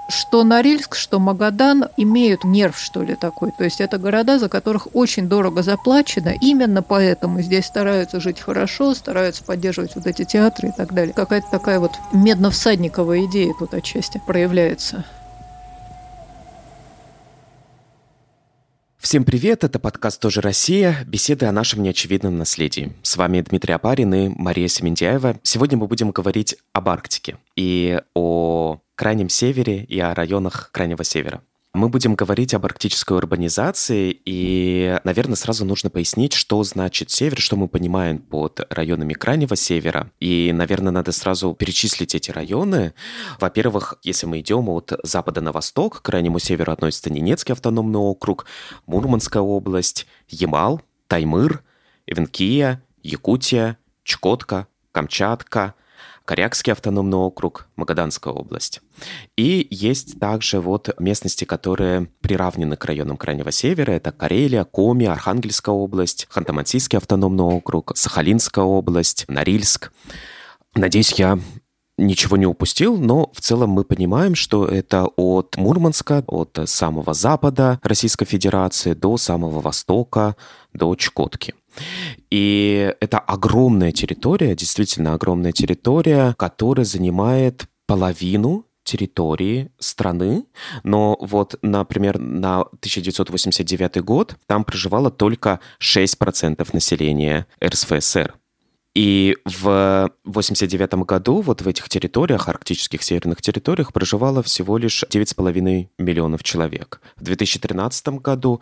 Что Норильск, что Магадан имеют нерв, что ли, такой. То есть это города, за которых очень дорого заплачено. Именно поэтому здесь стараются жить хорошо, стараются поддерживать вот эти театры и так далее. Какая-то такая вот медно-всадниковая идея тут отчасти проявляется. Всем привет, это подкаст «Тоже Россия», беседы о нашем неочевидном наследии. С вами Дмитрий Апарин и Мария Семендяева. Сегодня мы будем говорить об Арктике и о Крайнем Севере и о районах Крайнего Севера. Мы будем говорить об арктической урбанизации, и, наверное, сразу нужно пояснить, что значит север, что мы понимаем под районами Крайнего Севера. И, наверное, надо сразу перечислить эти районы. Во-первых, если мы идем от запада на восток, к Крайнему Северу относится Ненецкий автономный округ, Мурманская область, Ямал, Таймыр, Эвенкия, Якутия, Чукотка, Камчатка, Корякский автономный округ, Магаданская область. И есть также вот местности, которые приравнены к районам Крайнего Севера. Это Карелия, Коми, Архангельская область, Ханты-Мансийский автономный округ, Сахалинская область, Норильск. Надеюсь, я ничего не упустил, но в целом мы понимаем, что это от Мурманска, от самого запада Российской Федерации до самого востока, до Чукотки. И это огромная территория, действительно огромная территория, которая занимает половину территории страны, но вот, например, на 1989 год там проживало только 6% населения РСФСР. И в 1989 году вот в этих территориях, арктических северных территориях, проживало всего лишь 9,5 миллионов человек. В 2013 году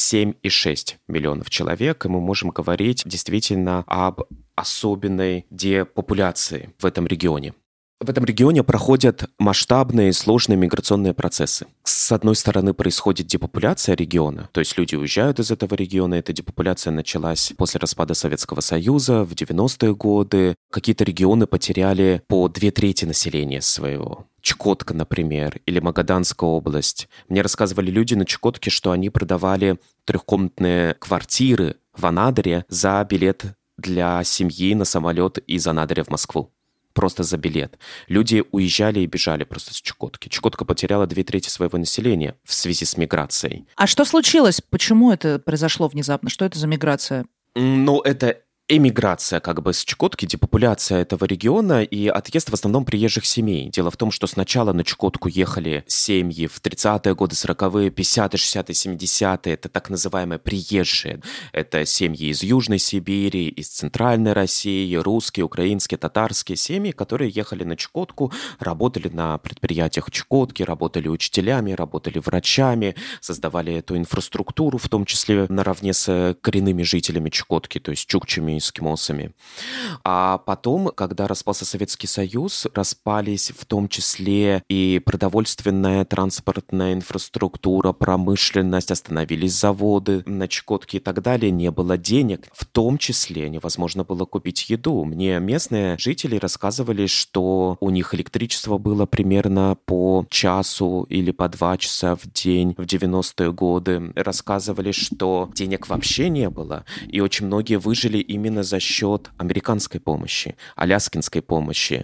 7,6 миллионов человек, и мы можем говорить действительно об особенной депопуляции в этом регионе. В этом регионе проходят масштабные сложные миграционные процессы. С одной стороны, происходит депопуляция региона, то есть люди уезжают из этого региона. Эта депопуляция началась после распада Советского Союза в 90-е годы. Какие-то регионы потеряли по 2/3 населения своего. Чукотка, например, или Магаданская область. Мне рассказывали люди на Чукотке, что они продавали трехкомнатные квартиры в Анадыре за билет для семьи на самолет из Анадыря в Москву. Просто за билет. Люди уезжали и бежали просто с Чукотки. Чукотка потеряла 2/3 своего населения в связи с миграцией. А что случилось? Почему это произошло внезапно? Что это за миграция? Ну, это эмиграция как бы с Чукотки, депопуляция этого региона и отъезд в основном приезжих семей. Дело в том, что сначала на Чукотку ехали семьи в 30-е годы, 40-е, 50-е, 60-е, 70-е. Это так называемые приезжие. Это семьи из Южной Сибири, из Центральной России, русские, украинские, татарские семьи, которые ехали на Чукотку, работали на предприятиях Чукотки, работали учителями, работали врачами, создавали эту инфраструктуру, в том числе наравне с коренными жителями Чукотки, то есть чукчами, эскимосами. А потом, когда распался Советский Союз, распались в том числе и продовольственная, транспортная инфраструктура, промышленность, остановились заводы на Чукотке и так далее, не было денег. В том числе невозможно было купить еду. Мне местные жители рассказывали, что у них электричество было примерно по часу или по 2 часа в день в 90-е годы. Рассказывали, что денег вообще не было, и очень многие выжили именно за счет американской помощи, аляскинской помощи.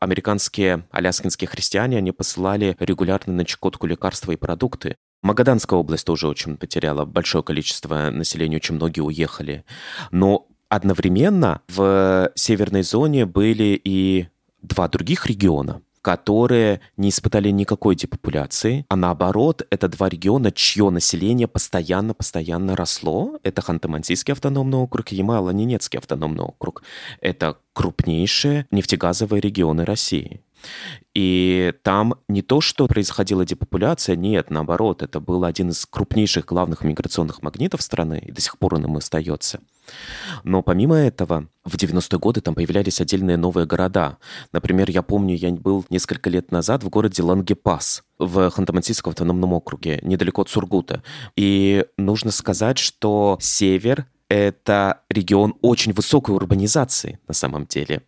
Аляскинские христиане, они посылали регулярно на Чукотку лекарства и продукты. Магаданская область тоже очень потеряла большое количество населения, очень многие уехали. Но одновременно в северной зоне были и 2 других региона, которые не испытали никакой депопуляции, а наоборот, это 2 региона, чье население постоянно росло. Это Ханты-Мансийский автономный округ и Ямало-Ненецкий автономный округ. Это крупнейшие нефтегазовые регионы России. И там не то, что происходила депопуляция, нет, наоборот, это был один из крупнейших главных миграционных магнитов страны, и до сих пор он им остается. Но помимо этого, в 90-е годы там появлялись отдельные новые города. Например, я помню, я был несколько лет назад в городе Лангепас в Ханты-Мансийском автономном округе, недалеко от Сургута. И нужно сказать, что север — это регион очень высокой урбанизации на самом деле.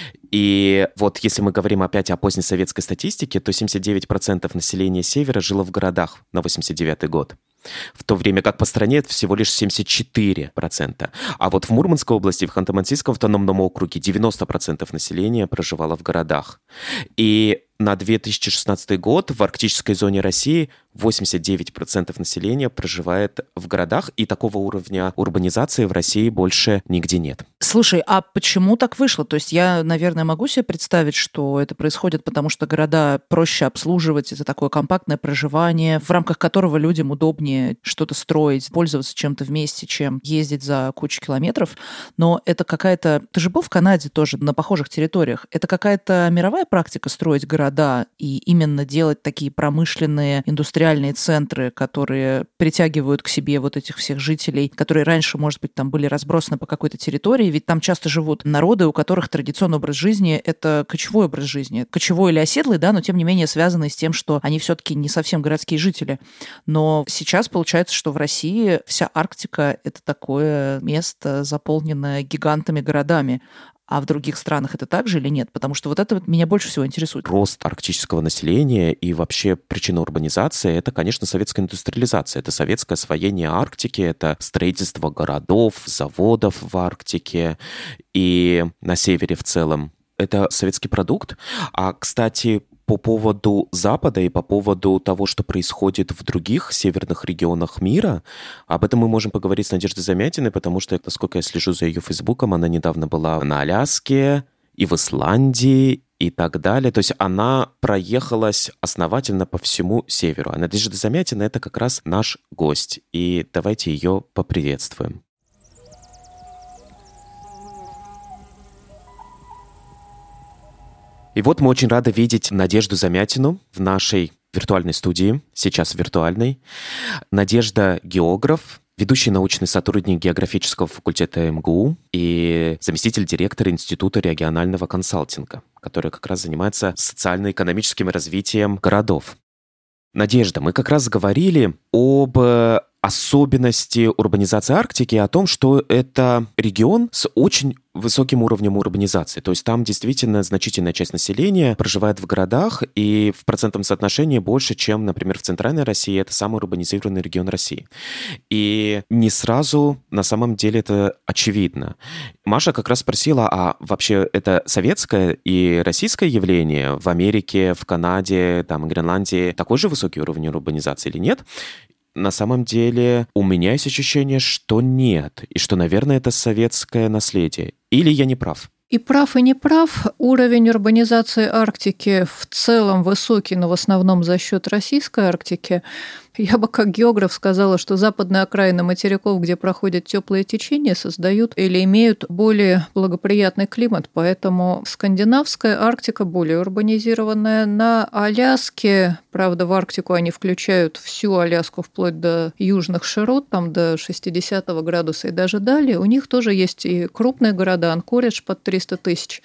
И вот если мы говорим опять о позднесоветской статистике, то 79% населения Севера жило в городах на 89 год. в то время как по стране это всего лишь 74%. А вот в Мурманской области, в Ханты-Мансийском автономном округе 90% населения проживало в городах. И на 2016 год в арктической зоне России 89% населения проживает в городах, и такого уровня урбанизации в России больше нигде нет. Слушай, а почему так вышло? То есть я, наверное, могу себе представить, что это происходит, потому что города проще обслуживать, это такое компактное проживание, в рамках которого людям удобнее что-то строить, пользоваться чем-то вместе, чем ездить за кучу километров. Но это какая-то... Ты же был в Канаде тоже на похожих территориях. Это какая-то мировая практика строить города и именно делать такие промышленные, индустриальные центры, которые притягивают к себе вот этих всех жителей, которые раньше, может быть, там были разбросаны по какой-то территории, ведь там часто живут народы, у которых традиционный образ жизни — это кочевой образ жизни. Кочевой или оседлый, да, но тем не менее связанный с тем, что они все-таки не совсем городские жители. Но сейчас получается, что в России вся Арктика — это такое место, заполненное гигантами городами. А в других странах это так же или нет? Потому что вот это вот меня больше всего интересует. Рост арктического населения и вообще причина урбанизации — это, конечно, советская индустриализация. Это советское освоение Арктики, это строительство городов, заводов в Арктике и на севере в целом. Это советский продукт. А, кстати, по поводу Запада и по поводу того, что происходит в других северных регионах мира, об этом мы можем поговорить с Надеждой Замятиной, потому что, насколько я слежу за ее фейсбуком, она недавно была на Аляске и в Исландии и так далее. То есть она проехалась основательно по всему северу. А Надежда Замятина — это как раз наш гость. И давайте ее поприветствуем. И вот мы очень рады видеть Надежду Замятину в нашей виртуальной студии, сейчас виртуальной. Надежда — географ, ведущий научный сотрудник географического факультета МГУ и заместитель директора Института регионального консалтинга, который как раз занимается социально-экономическим развитием городов. Надежда, мы как раз говорили об особенности урбанизации Арктики, о том, что это регион с очень высоким уровнем урбанизации. То есть там действительно значительная часть населения проживает в городах, и в процентном соотношении больше, чем, например, в Центральной России. Это самый урбанизированный регион России. И не сразу на самом деле это очевидно. Маша как раз спросила, а вообще это советское и российское явление в Америке, в Канаде, там, в Гренландии такой же высокий уровень урбанизации или нет? На самом деле у меня есть ощущение, что нет, и что, наверное, это советское наследие. Или я не прав? И прав, и не прав. Уровень урбанизации Арктики в целом высокий, но в основном за счет российской Арктики. Я бы как географ сказала, что западные окраины материков, где проходят теплые течения, создают или имеют более благоприятный климат. Поэтому скандинавская Арктика более урбанизированная. На Аляске, правда, в Арктику они включают всю Аляску вплоть до южных широт, там до 60 градуса и даже далее. У них тоже есть и крупные города, Анкоридж под 300 тысяч.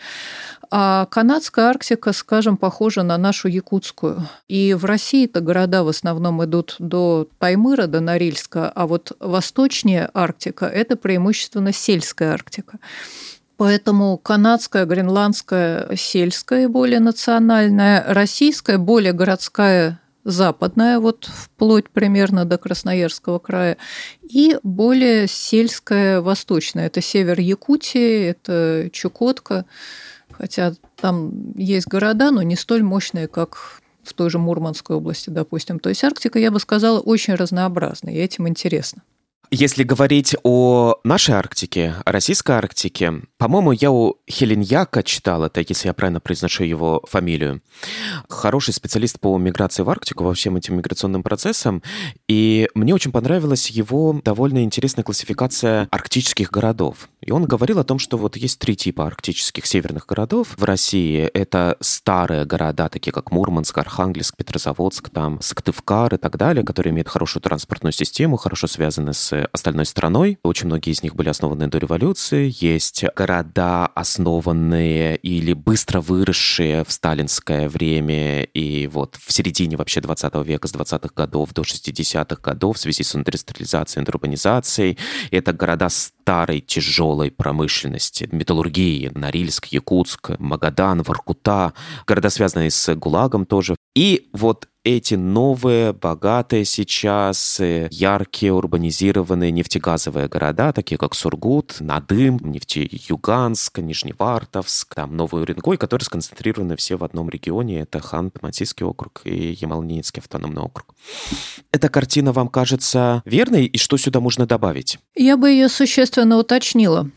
А канадская Арктика, скажем, похожа на нашу якутскую. И в России-то города в основном идут до Таймыра, до Норильска, а вот восточнее Арктика – это преимущественно сельская Арктика. Поэтому канадская, гренландская, сельская более национальная, российская более городская, западная, вот вплоть примерно до Красноярского края, и более сельская, восточная. Это север Якутии, это Чукотка, хотя там есть города, но не столь мощные, как в той же Мурманской области, допустим. То есть Арктика, я бы сказала, очень разнообразная, и этим интересно. Если говорить о нашей Арктике, о российской Арктике, по-моему, я у Хеленьяка читал это, если я правильно произношу его фамилию. Хороший специалист по миграции в Арктику, во всем этим миграционным процессам. И мне очень понравилась его довольно интересная классификация арктических городов. И он говорил о том, что вот есть 3 типа арктических северных городов в России. Это старые города, такие как Мурманск, Архангельск, Петрозаводск, там, Сыктывкар и так далее, которые имеют хорошую транспортную систему, хорошо связаны с остальной страной. Очень многие из них были основаны до революции. Есть города, основанные или быстро выросшие в сталинское время и вот в середине вообще 20 века, с 20-х годов до 60-х годов в связи с индустриализацией, урбанизацией. Это города старой, тяжелой промышленности, металлургии, Норильск, Якутск, Магадан, Воркута. Города, связанные с ГУЛАГом тоже. И вот эти новые, богатые сейчас, яркие, урбанизированные нефтегазовые города, такие как Сургут, Надым, Нефтеюганск, Нижневартовск, там Новый Уренгой, которые сконцентрированы все в одном регионе. Это Ханты-Мансийский округ и Ямало-Ненецкий автономный округ. Эта картина вам кажется верной? И что сюда можно добавить? Я бы ее существенно уточнила.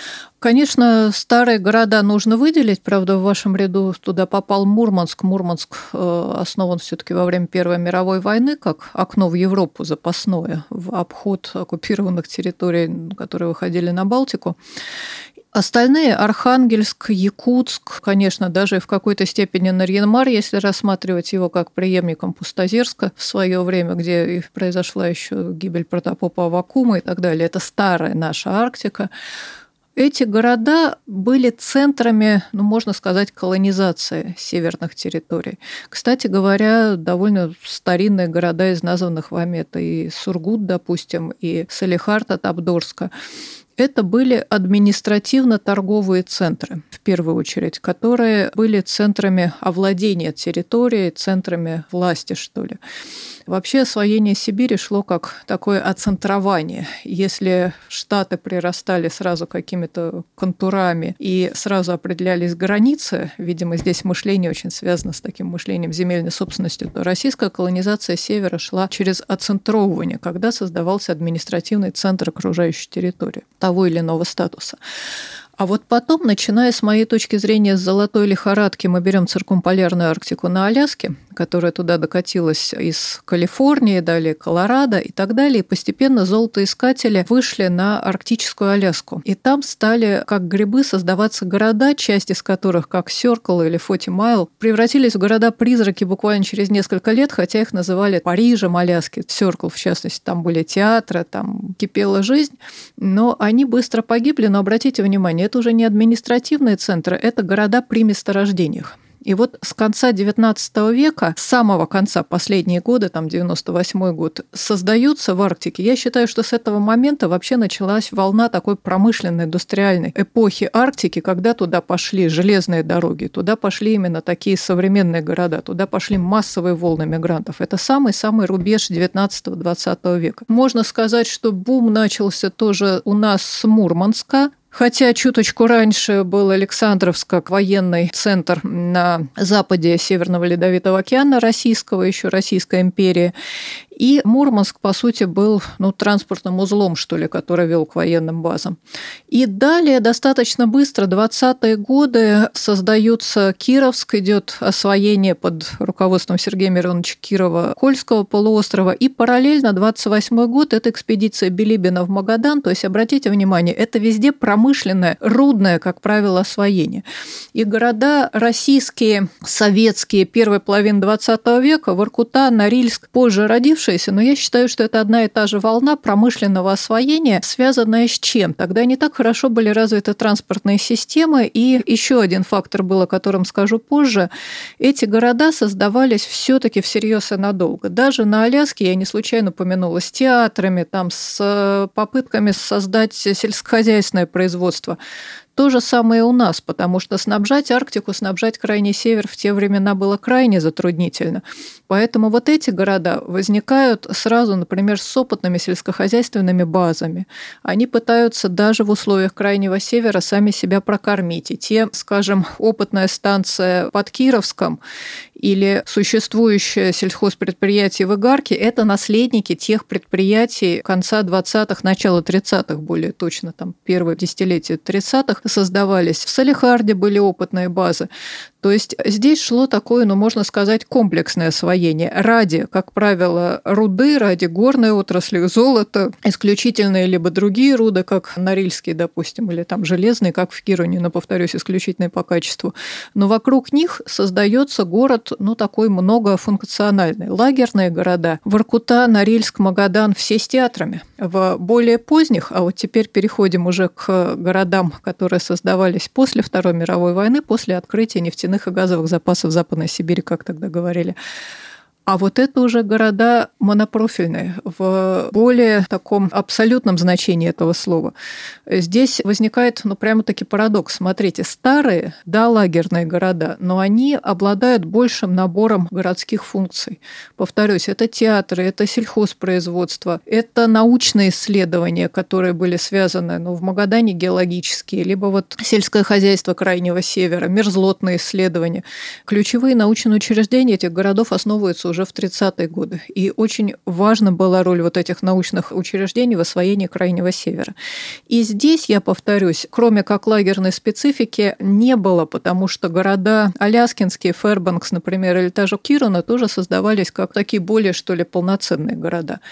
Конечно, старые города нужно выделить, правда, в вашем ряду туда попал Мурманск. Мурманск основан все-таки во время Первой мировой войны как окно в Европу запасное, в обход оккупированных территорий, которые выходили на Балтику. Остальные – Архангельск, Якутск, конечно, даже в какой-то степени Нарьян-Мар, если рассматривать его как преемником Пустозерска в свое время, где и произошла еще гибель протопопа Аввакума и так далее. Это старая наша Арктика. Эти города были центрами, можно сказать, колонизации северных территорий. Кстати говоря, довольно старинные города из названных вами, это и Сургут, допустим, и Салехард от Абдорска. Это были административно-торговые центры, в первую очередь, которые были центрами овладения территорией, центрами власти, что ли. Вообще освоение Сибири шло как такое оцентрование. Если штаты прирастали сразу какими-то контурами и сразу определялись границы, видимо, здесь мышление очень связано с таким мышлением земельной собственности, то российская колонизация севера шла через оцентровывание, когда создавался административный центр окружающей территории того или иного статуса. А вот потом, начиная с моей точки зрения с золотой лихорадки, мы берем циркумполярную Арктику на Аляске, которая туда докатилась из Калифорнии, далее Колорадо и так далее, и постепенно золотоискатели вышли на арктическую Аляску. И там стали, как грибы, создаваться города, часть из которых, как Сёркл или 40 Майл, превратились в города-призраки буквально через несколько лет, хотя их называли Парижем Аляски. Сёркл, в частности, там были театры, там кипела жизнь, но они быстро погибли. Но обратите внимание, это уже не административные центры, это города при месторождениях. И вот с конца XIX века, с самого конца, последние годы, там 98-й год, создаются в Арктике. Я считаю, что с этого момента вообще началась волна такой промышленной, индустриальной эпохи Арктики, когда туда пошли железные дороги, туда пошли именно такие современные города, туда пошли массовые волны мигрантов. Это самый-самый рубеж 19-20 века. Можно сказать, что бум начался тоже у нас с Мурманска, хотя чуточку раньше был Александровск как военный центр на западе Северного Ледовитого океана российского, еще Российской империи. И Мурманск, по сути, был транспортным узлом, что ли, который вел к военным базам. И далее достаточно быстро, 20-е годы, создаются Кировск, идет освоение под руководством Сергея Мироновича Кирова Кольского полуострова. И параллельно 28-й год – это экспедиция Билибина в Магадан. То есть, обратите внимание, это везде промышленное, рудное, как правило, освоение. И города российские, советские, первой половины 20 века, Воркута, Норильск, позже родившиеся, но я считаю, что это одна и та же волна промышленного освоения, связанная с чем? Тогда не так хорошо были развиты транспортные системы, и еще один фактор был, о котором скажу позже. Эти города создавались все-таки всерьез и надолго. Даже на Аляске, я не случайно упомянула, с театрами, там, с попытками создать сельскохозяйственное производство. То же самое у нас, потому что снабжать Арктику, снабжать Крайний Север в те времена было крайне затруднительно. Поэтому вот эти города возникают сразу, например, с опытными сельскохозяйственными базами. Они пытаются даже в условиях Крайнего Севера сами себя прокормить. И те, скажем, опытная станция под Кировском или существующее сельхозпредприятие в Игарке – это наследники тех предприятий конца 20-х, начала 30-х, более точно, там первые десятилетия 30-х создавались. В Салехарде были опытные базы. То есть здесь шло такое, можно сказать, комплексное освоение. Ради, как правило, руды, ради горной отрасли, золота, исключительные либо другие руды, как норильские, допустим, или там железные, как в Кируне, но, повторюсь, исключительные по качеству. Но вокруг них создается город, такой многофункциональный. Лагерные города. Воркута, Норильск, Магадан – все с театрами. В более поздних, а вот теперь переходим уже к городам, которые создавались после Второй мировой войны, после открытия нефтяных и газовых запасов Западной Сибири, как тогда говорили. А вот это уже города монопрофильные, в более таком абсолютном значении этого слова. Здесь возникает, прямо-таки парадокс. Смотрите, старые, да, лагерные города, но они обладают большим набором городских функций. Повторюсь, это театры, это сельхозпроизводство, это научные исследования, которые были связаны, в Магадане геологические, либо вот сельское хозяйство Крайнего Севера, мерзлотные исследования. Ключевые научные учреждения этих городов основываются уже в 30-е годы. И очень важна была роль вот этих научных учреждений в освоении Крайнего Севера. И здесь, я повторюсь, кроме как лагерной специфики, не было, потому что города аляскинские, Фэрбанкс, например, или та же Кируна тоже создавались как такие более, что ли, полноценные города.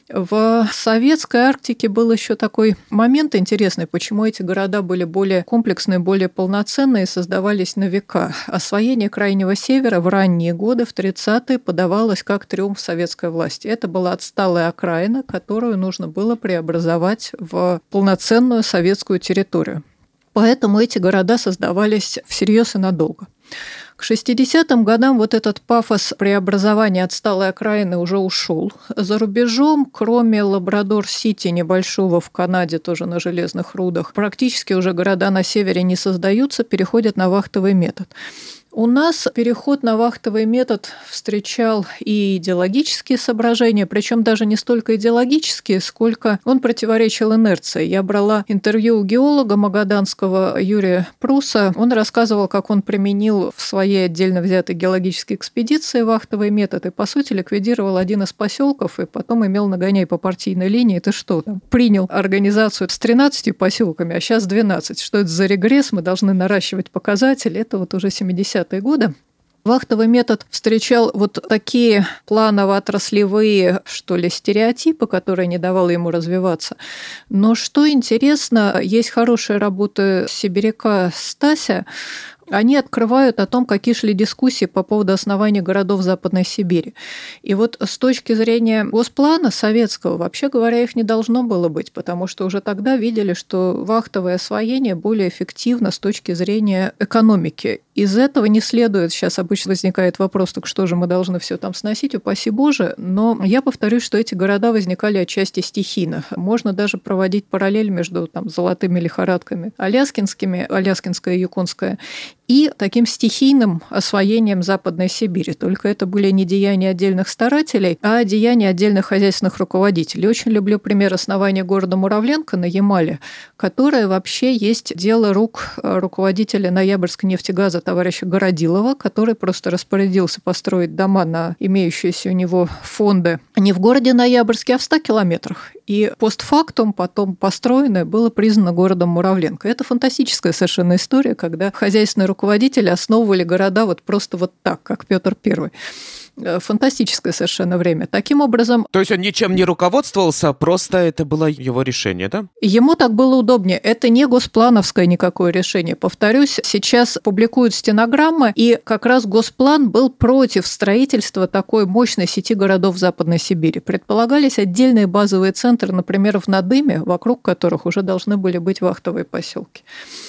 В советской Арктике был еще такой момент интересный, почему эти города были более комплексные, более полноценные, создавались на века. Освоение Крайнего Севера в ранние годы, в 30-е, подавалось как триумф советской власти. Это была отсталая окраина, которую нужно было преобразовать в полноценную советскую территорию. Поэтому эти города создавались всерьез и надолго. К 60-м годам вот этот пафос преобразования отсталой окраины уже ушел. За рубежом, кроме Лабрадор-Сити, небольшого в Канаде, тоже на железных рудах, практически уже города на севере не создаются, переходят на вахтовый метод. У нас переход на вахтовый метод встречал и идеологические соображения, причем даже не столько идеологические, сколько он противоречил инерции. Я брала интервью у геолога магаданского Юрия Пруса. Он рассказывал, как он применил в своей отдельно взятой геологической экспедиции вахтовый метод и, по сути, ликвидировал один из поселков и потом имел нагоняй по партийной линии. Ты что, там, принял организацию с 13 поселками, а сейчас 12. Что это за регресс? Мы должны наращивать показатели. Это вот уже 70-е годы. Вахтовый метод встречал вот такие планово-отраслевые, что ли, стереотипы, которые не давали ему развиваться. Но что интересно, есть хорошие работы сибиряка Стася. Они открывают о том, какие шли дискуссии по поводу основания городов Западной Сибири. И вот с точки зрения госплана советского, вообще говоря, их не должно было быть, потому что уже тогда видели, что вахтовое освоение более эффективно с точки зрения экономики. Из этого не следует, сейчас обычно возникает вопрос, так что же мы должны все там сносить, упаси Боже, но я повторюсь, что эти города возникали отчасти стихийно. Можно даже проводить параллель между там золотыми лихорадками аляскинскими, аляскинская и якутская, и таким стихийным освоением Западной Сибири. Только это были не деяния отдельных старателей, а деяния отдельных хозяйственных руководителей. Очень люблю пример основания города Муравленко на Ямале, которое вообще есть дело рук руководителя Ноябрьской нефтегаза товарища Городилова, который просто распорядился построить дома на имеющиеся у него фонды не в городе Ноябрьске, а в 100 километрах. И постфактум потом построенное было признано городом Муравленко. Это фантастическая совершенно история, когда хозяйственные руководители основывали города вот просто вот так, как Петр I. Фантастическое совершенно время. Таким образом... То есть он ничем не руководствовался, просто это было его решение, да? Ему так было удобнее. Это не госплановское никакое решение. Повторюсь, сейчас публикуют стенограммы, и как раз госплан был против строительства такой мощной сети городов Западной Сибири. Предполагались отдельные базовые центры, например, в Надыме, вокруг которых уже должны были быть вахтовые поселки.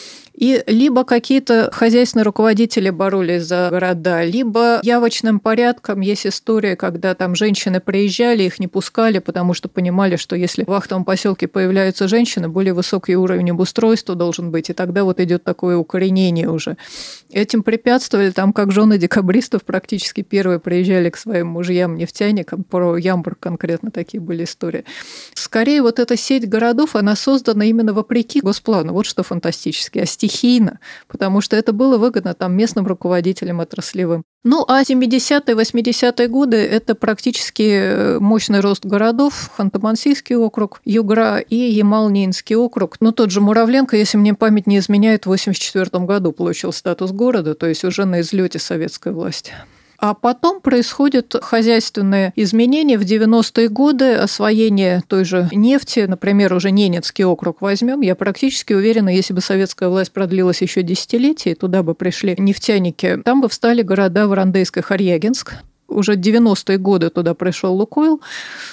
И либо какие-то хозяйственные руководители боролись за города, либо явочным порядком есть история, когда там женщины приезжали, их не пускали, потому что понимали, что если в вахтовом поселке появляются женщины, более высокий уровень обустройства должен быть, и тогда вот идет такое укоренение уже. Этим препятствовали, там как жены декабристов практически первые приезжали к своим мужьям-нефтяникам, про Ямбург конкретно такие были истории. Скорее, вот эта сеть городов, она создана именно вопреки госплану, вот что фантастически, а стихийно, потому что это было выгодно там местным руководителям отраслевым. Ну, а 70-е, 80-е годы – это практически мощный рост городов. Ханты-Мансийский округ, Югра и Ямал-Ненецкий округ. Ну, тот же Муравленко, если мне память не изменяет, в 1984 году получил статус города, то есть уже на излете советской власти. А потом происходят хозяйственные изменения в 90-е годы, освоение той же нефти, например, уже Ненецкий округ возьмем. Я практически уверена, если бы советская власть продлилась еще десятилетия, туда бы пришли нефтяники, там бы встали города Варандейск и Харьягинск. Уже 90-е годы туда пришел Лукойл.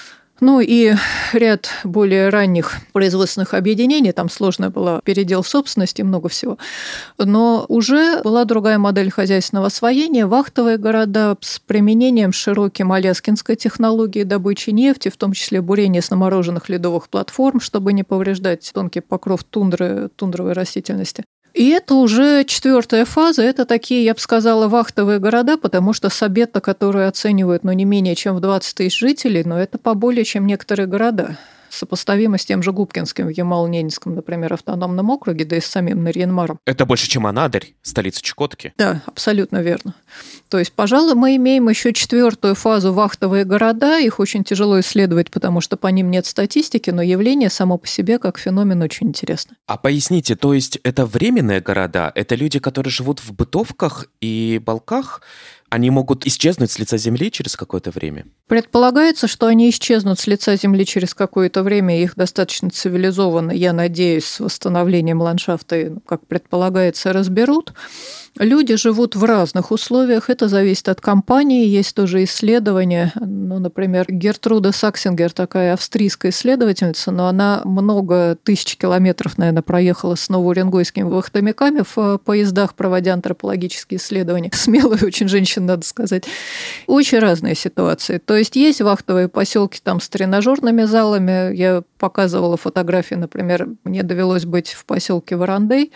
Ну и ряд более ранних производственных объединений, там сложно было передел собственности, много всего. Но уже была другая модель хозяйственного освоения, вахтовые города с применением широким аляскинской технологии добычи нефти, в том числе бурения с намороженных ледовых платформ, чтобы не повреждать тонкий покров тундровой растительности. И это уже 4-я фаза, это такие, я бы сказала, вахтовые города, потому что Сабетта, которые оценивают, не менее чем в 20 тысяч жителей, но это поболее, чем некоторые города. Сопоставимо с тем же Губкинским в Ямало-Ненецком, например, автономном округе, да и с самим Нарьян-Маром. Это больше, чем Анадырь, столица Чукотки. Да, абсолютно верно. То есть, пожалуй, мы имеем еще 4-ю фазу вахтовые города. Их очень тяжело исследовать, потому что по ним нет статистики, но явление само по себе как феномен очень интересно. А поясните, то есть это временные города? Это люди, которые живут в бытовках и балках? Они могут исчезнуть с лица земли через какое-то время? Предполагается, что они исчезнут с лица земли через какое-то время. Их достаточно цивилизованно, я надеюсь, с восстановлением ландшафта, как предполагается, разберут. Люди живут в разных условиях, это зависит от компании. Есть тоже исследования, например, Гертруда Саксингер, такая австрийская исследовательница, но она много тысяч километров, наверное, проехала с новоуренгойскими вахтовиками в поездах, проводя антропологические исследования. Смелая очень женщина, надо сказать. Очень разные ситуации. То есть вахтовые поселки там с тренажерными залами. Я показывала фотографии, например, мне довелось быть в поселке Варандей.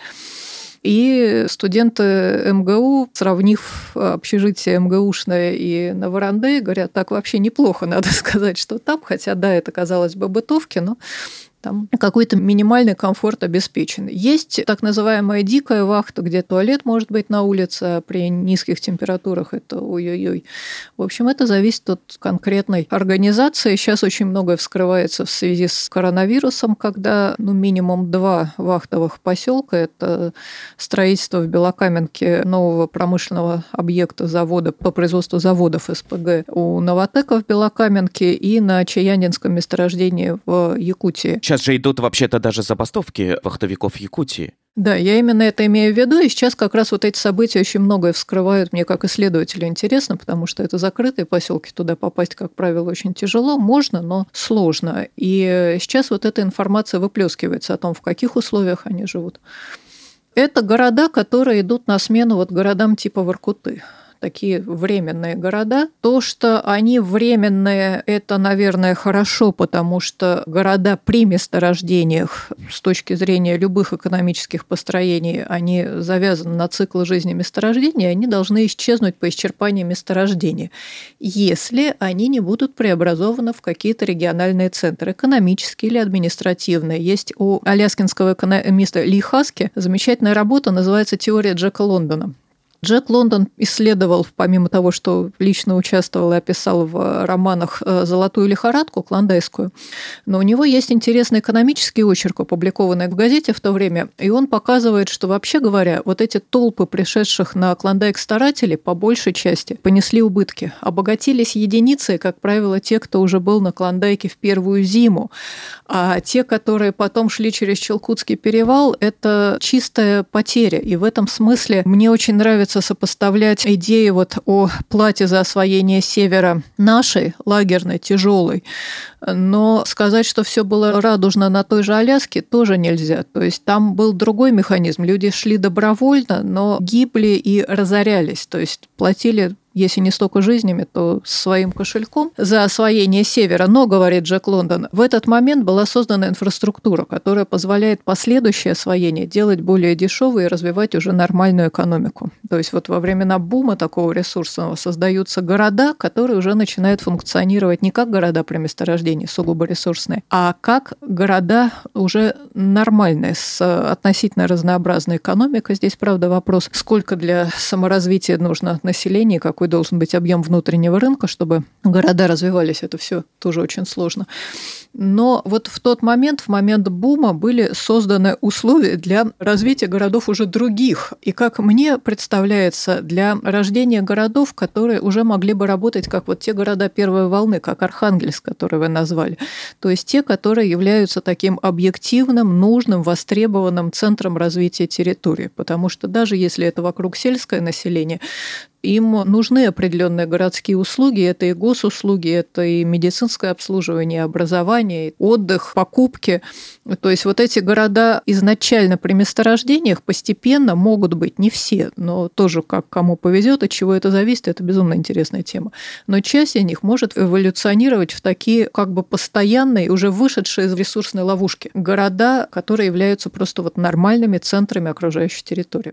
И студенты МГУ, сравнив общежитие МГУшное и на Варандее, говорят, так вообще неплохо, надо сказать, что там, хотя, да, это, казалось бы, бытовки, но там какой-то минимальный комфорт обеспечен. Есть так называемая дикая вахта, где туалет может быть на улице, а при низких температурах это ой-ой-ой. В общем, это зависит от конкретной организации. Сейчас очень многое вскрывается в связи с коронавирусом, когда минимум 2 вахтовых поселка. Это строительство в Белокаменке нового промышленного объекта завода по производству заводов СПГ у Новотека в Белокаменке и на Чаяндинском месторождении в Якутии. Сейчас же идут вообще-то даже забастовки вахтовиков Якутии. Да, я именно это имею в виду, и сейчас как раз вот эти события очень многое вскрывают. Мне как исследователю интересно, потому что это закрытые поселки, туда попасть, как правило, очень тяжело, можно, но сложно. И сейчас вот эта информация выплескивается о том, в каких условиях они живут. Это города, которые идут на смену городам типа Воркуты. Такие временные города. То, что они временные, это, наверное, хорошо, потому что города при месторождениях, с точки зрения любых экономических построений, они завязаны на цикл жизни месторождения, они должны исчезнуть по исчерпании месторождения, если они не будут преобразованы в какие-то региональные центры, экономические или административные. Есть у аляскинского экономиста Ли Хаски замечательная работа, называется «Теория Джека Лондона». Джек Лондон исследовал, помимо того, что лично участвовал и описал в романах «Золотую лихорадку» клондайскую, но у него есть интересный экономический очерк, опубликованный в газете в то время, и он показывает, что, вообще говоря, вот эти толпы пришедших на Клондайк старателей по большей части понесли убытки. Обогатились единицы, как правило, те, кто уже был на Клондайке в первую зиму, а те, которые потом шли через Челкутский перевал, это чистая потеря. И в этом смысле мне очень нравится сопоставлять идеи о плате за освоение севера нашей, лагерной, тяжелой. Но сказать, что все было радужно на той же Аляске, тоже нельзя. То есть там был другой механизм. Люди шли добровольно, но гибли и разорялись. То есть платили, если не столько жизнями, то своим кошельком за освоение севера. Но, говорит Джек Лондон, в этот момент была создана инфраструктура, которая позволяет последующее освоение делать более дешевой и развивать уже нормальную экономику. То есть во времена бума такого ресурсного создаются города, которые уже начинают функционировать не как города при месторождении, сугубо ресурсные, а как города уже нормальные, с относительно разнообразной экономикой. Здесь, правда, вопрос, сколько для саморазвития нужно населения, какой должен быть объем внутреннего рынка, чтобы города развивались. Это все тоже очень сложно. Но вот в тот момент, в момент бума, были созданы условия для развития городов уже других. И, как мне представляется, для рождения городов, которые уже могли бы работать как вот те города первой волны, как Архангельск, который вы назвали. То есть те, которые являются таким объективным, нужным, востребованным центром развития территории. Потому что даже если это вокруг сельское население, им нужны определенные городские услуги, это и госуслуги, это и медицинское обслуживание, образование, отдых, покупки. То есть вот эти города изначально при месторождениях постепенно могут быть, не все, но тоже как кому повезет, от чего это зависит, это безумно интересная тема. Но часть из них может эволюционировать в такие как бы постоянные, уже вышедшие из ресурсной ловушки города, которые являются просто вот нормальными центрами окружающей территории.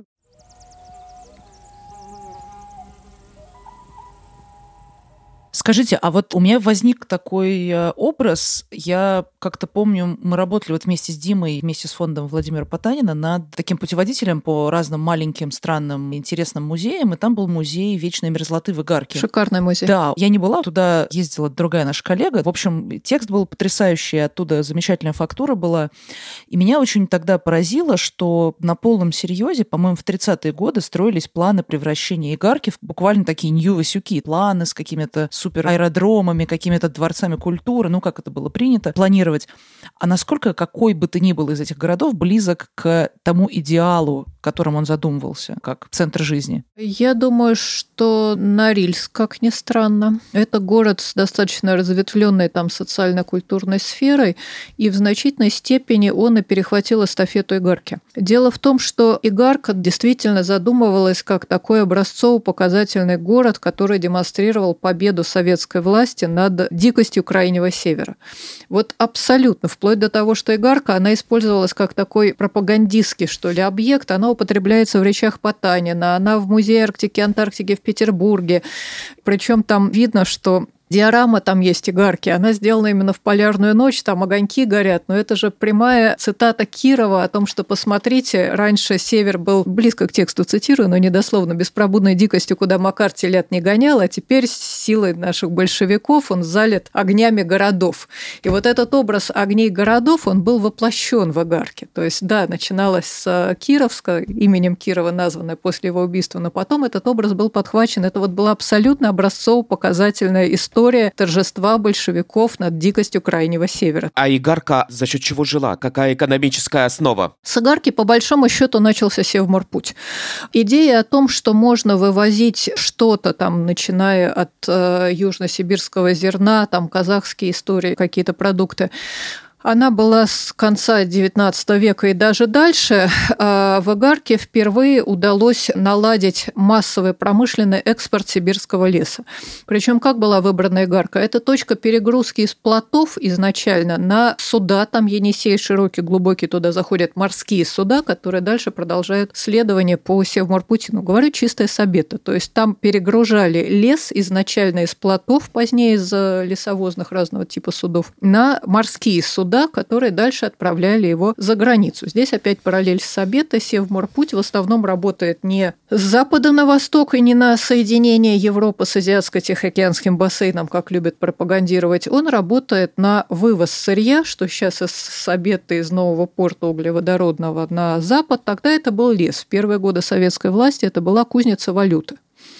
Скажите, а вот у меня возник такой образ, я как-то помню, мы работали вот вместе с Димой, вместе с фондом Владимира Потанина над таким путеводителем по разным маленьким, странным, интересным музеям, и там был музей вечной мерзлоты в Игарке. Шикарный музей. Да, я не была, туда ездила другая наша коллега. В общем, текст был потрясающий, оттуда замечательная фактура была. И меня очень тогда поразило, что на полном серьезе, по-моему, в 30-е годы строились планы превращения Игарки в буквально такие Нью-Васюки, планы с какими-то супер аэродромами, какими-то дворцами культуры, ну, как это было принято планировать. А насколько какой бы ты ни был из этих городов близок к тому идеалу, которым он задумывался, как центр жизни? Я думаю, что Норильск, как ни странно, это город с достаточно разветвленной там социально-культурной сферой, и в значительной степени он и перехватил эстафету Игарки. Дело в том, что Игарка действительно задумывалась как такой образцово-показательный город, который демонстрировал победу советской власти над дикостью Крайнего Севера. Вот абсолютно, вплоть до того, что Игарка, она использовалась как такой пропагандистский, что ли, объект, она употребляется в речах Потанина, она в Музее Арктики и Антарктики в Петербурге, причем там видно, что диорама там есть Игарки, она сделана именно в полярную ночь, там огоньки горят, но это же прямая цитата Кирова о том, что, посмотрите, раньше север был, близко к тексту цитирую, но недословно, беспробудной дикостью, куда Макар телят не гонял, а теперь с силой наших большевиков он залит огнями городов. И вот этот образ огней городов, он был воплощен в Игарке. То есть, да, начиналось с Кировска, именем Кирова названное после его убийства, но потом этот образ был подхвачен. Это вот была абсолютно образцово-показательная история торжества большевиков над дикостью Крайнего Севера. А Игарка за счет чего жила? Какая экономическая основа? С Игарки, по большому счету, начался Севморпуть. Идея о том, что можно вывозить что-то там, начиная от южносибирского зерна, там казахские истории, какие-то продукты, она была с конца XIX века и даже дальше. В Игарке впервые удалось наладить массовый промышленный экспорт сибирского леса. Причем как была выбрана Игарка? Это точка перегрузки из плотов изначально на суда. Там Енисей широкий, глубокий, туда заходят морские суда, которые дальше продолжают следование по Севморпутину. Говорю, чистая сабета. То есть там перегружали лес изначально из плотов, позднее из лесовозных разного типа судов, на морские суда, которые дальше отправляли его за границу. Здесь опять параллель с Сабетой. Севморпуть в основном работает не с запада на восток и не на соединение Европы с Азиатско-Тихоокеанским бассейном, как любят пропагандировать. Он работает на вывоз сырья, что сейчас из Сабеты, из нового порта углеводородного на запад. Тогда это был лес. В первые годы советской власти это была кузница валюты.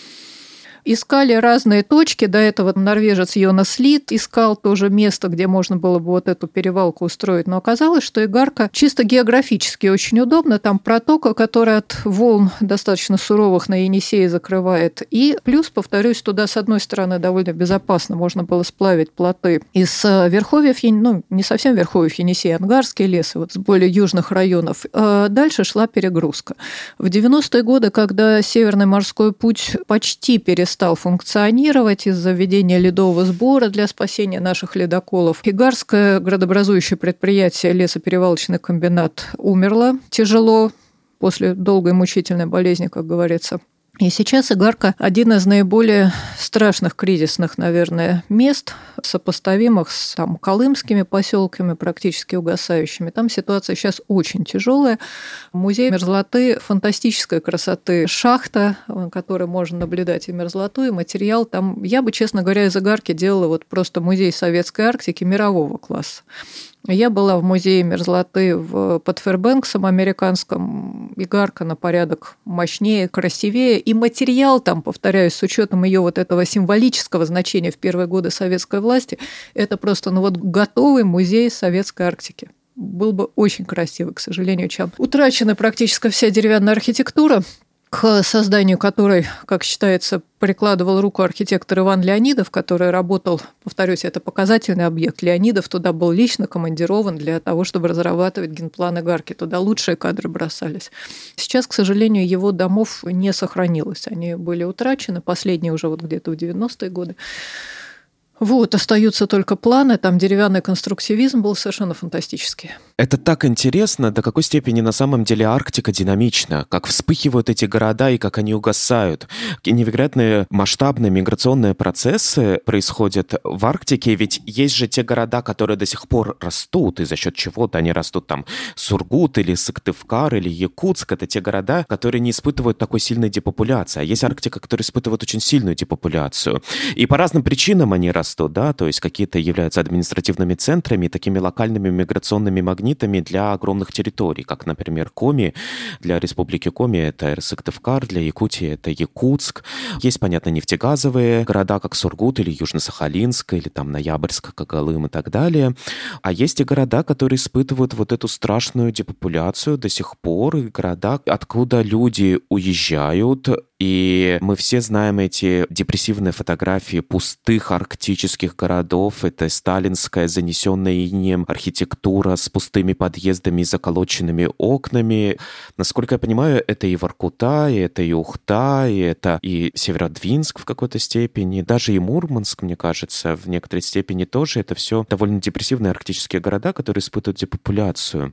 Искали разные точки. До этого норвежец Йонас Лид искал тоже место, где можно было бы вот эту перевалку устроить. Но оказалось, что Игарка чисто географически очень удобно. Там протока, которая от волн достаточно суровых на Енисее закрывает. И плюс, повторюсь, туда с одной стороны довольно безопасно. Можно было сплавить плоты из верховьев, ну, не совсем верховьев Енисея, Ангарские лесы, вот с более южных районов. Дальше шла перегрузка. В 90-е годы, когда Северный морской путь почти перестал функционировать из-за введения ледового сбора для спасения наших ледоколов, Игарское градообразующее предприятие лесоперевалочный комбинат умерло тяжело после долгой мучительной болезни, как говорится. И сейчас Игарка – один из наиболее страшных кризисных, наверное, мест, сопоставимых с колымскими поселками, практически угасающими. Там ситуация сейчас очень тяжелая. Музей мерзлоты фантастической красоты. Шахта, в которой можно наблюдать и мерзлоту, и материал. Там я бы, честно говоря, из Игарки делала просто музей советской Арктики мирового класса. Я была в музее мерзлоты под Фэрбэнксом американском. Игарка на порядок мощнее, красивее. И материал там, повторяюсь, с учетом ее этого символического значения в первые годы советской власти, это просто готовый музей советской Арктики. Был бы очень красивый, к сожалению, чем утрачена практически вся деревянная архитектура, к созданию которой, как считается, прикладывал руку архитектор Иван Леонидов, который работал, повторюсь, это показательный объект. Леонидов туда был лично командирован для того, чтобы разрабатывать генплан Игарки. Туда лучшие кадры бросались. Сейчас, к сожалению, его домов не сохранилось. Они были утрачены, последние уже где-то в 90-е годы. Остаются только планы, там деревянный конструктивизм был совершенно фантастический. Это так интересно, до какой степени на самом деле Арктика динамична, как вспыхивают эти города и как они угасают. Какие невероятные масштабные миграционные процессы происходят в Арктике, ведь есть же те города, которые до сих пор растут, и за счет чего-то они растут там. Сургут или Сыктывкар или Якутск — это те города, которые не испытывают такой сильной депопуляции. А есть Арктика, которая испытывает очень сильную депопуляцию. И по разным причинам они растут, да, то есть какие-то являются административными центрами, такими локальными миграционными магнитами для огромных территорий, как, например, Коми. Для Республики Коми это Сыктывкар, для Якутии это Якутск. Есть, понятно, нефтегазовые города, как Сургут или Южно-Сахалинск, или там Ноябрьск, Когалым и так далее. А есть и города, которые испытывают эту страшную депопуляцию до сих пор, и города, откуда люди уезжают. И мы все знаем эти депрессивные фотографии пустых арктических городов. Это сталинская, занесенная инеем архитектура с пустыми подъездами и заколоченными окнами. Насколько я понимаю, это и Воркута, и это и Ухта, и это и Северодвинск в какой-то степени, даже и Мурманск, мне кажется, в некоторой степени тоже. Это все довольно депрессивные арктические города, которые испытывают депопуляцию.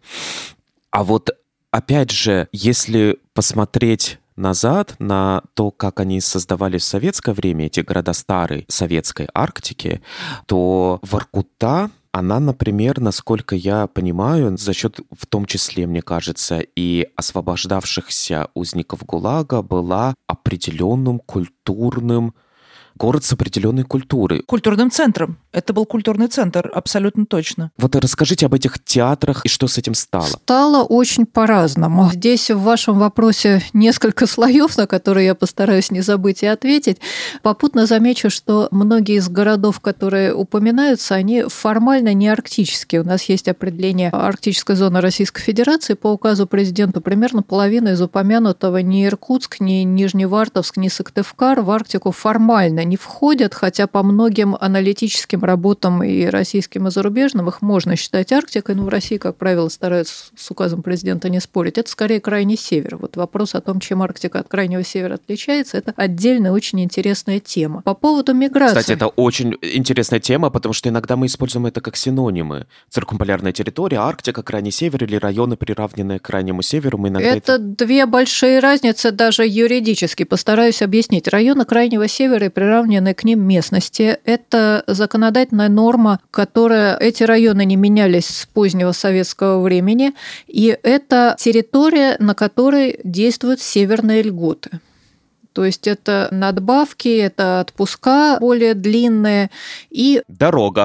А опять же, если посмотреть назад на то, как они создавались в советское время, эти города старой советской Арктики, то Воркута, она, например, насколько я понимаю, за счет, в том числе, мне кажется, и освобождавшихся узников ГУЛАГа, была определенным культурным город с определенной культурой. Культурным центром. Это был культурный центр, абсолютно точно. Расскажите об этих театрах и что с этим стало. Стало очень по-разному. Здесь в вашем вопросе несколько слоев, на которые я постараюсь не забыть и ответить. Попутно замечу, что многие из городов, которые упоминаются, они формально не арктические. У нас есть определение арктической зоны Российской Федерации по указу президента. Примерно половина из упомянутого ни Иркутск, ни Нижневартовск, ни Сыктывкар в Арктику формально не входят, хотя по многим аналитическим работам и российским, и зарубежным их можно считать Арктикой, но в России, как правило, стараются с указом президента не спорить. Это скорее крайний север. Вопрос о том, чем Арктика от крайнего севера отличается, это отдельная очень интересная тема. По поводу миграции. Кстати, это очень интересная тема, потому что иногда мы используем это как синонимы. Циркумполярная территория, Арктика, крайний север или районы, приравненные к крайнему северу. Это две большие разницы даже юридически. Постараюсь объяснить. Районы крайнего севера и приравненные к ним местности – это законодательная норма, которая эти районы не менялись с позднего советского времени, и это территория, на которой действуют северные льготы. То есть это надбавки, это отпуска более длинные и… Дорога,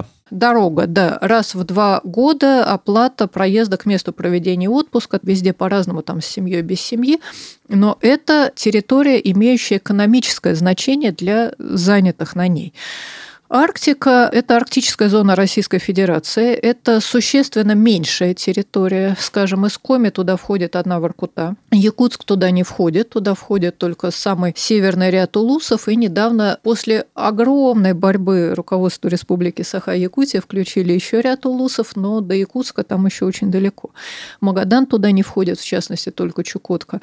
да. Раз в 2 года оплата проезда к месту проведения отпуска. Везде по-разному, там с семьей, без семьи. Но это территория, имеющая экономическое значение для занятых на ней. Арктика – это арктическая зона Российской Федерации. Это существенно меньшая территория. Скажем, из Коми туда входит одна Воркута. Якутск туда не входит. Туда входит только самый северный ряд улусов. И недавно, после огромной борьбы руководства Республики Саха-Якутия, включили еще ряд улусов, но до Якутска там еще очень далеко. Магадан туда не входит, в частности, только Чукотка.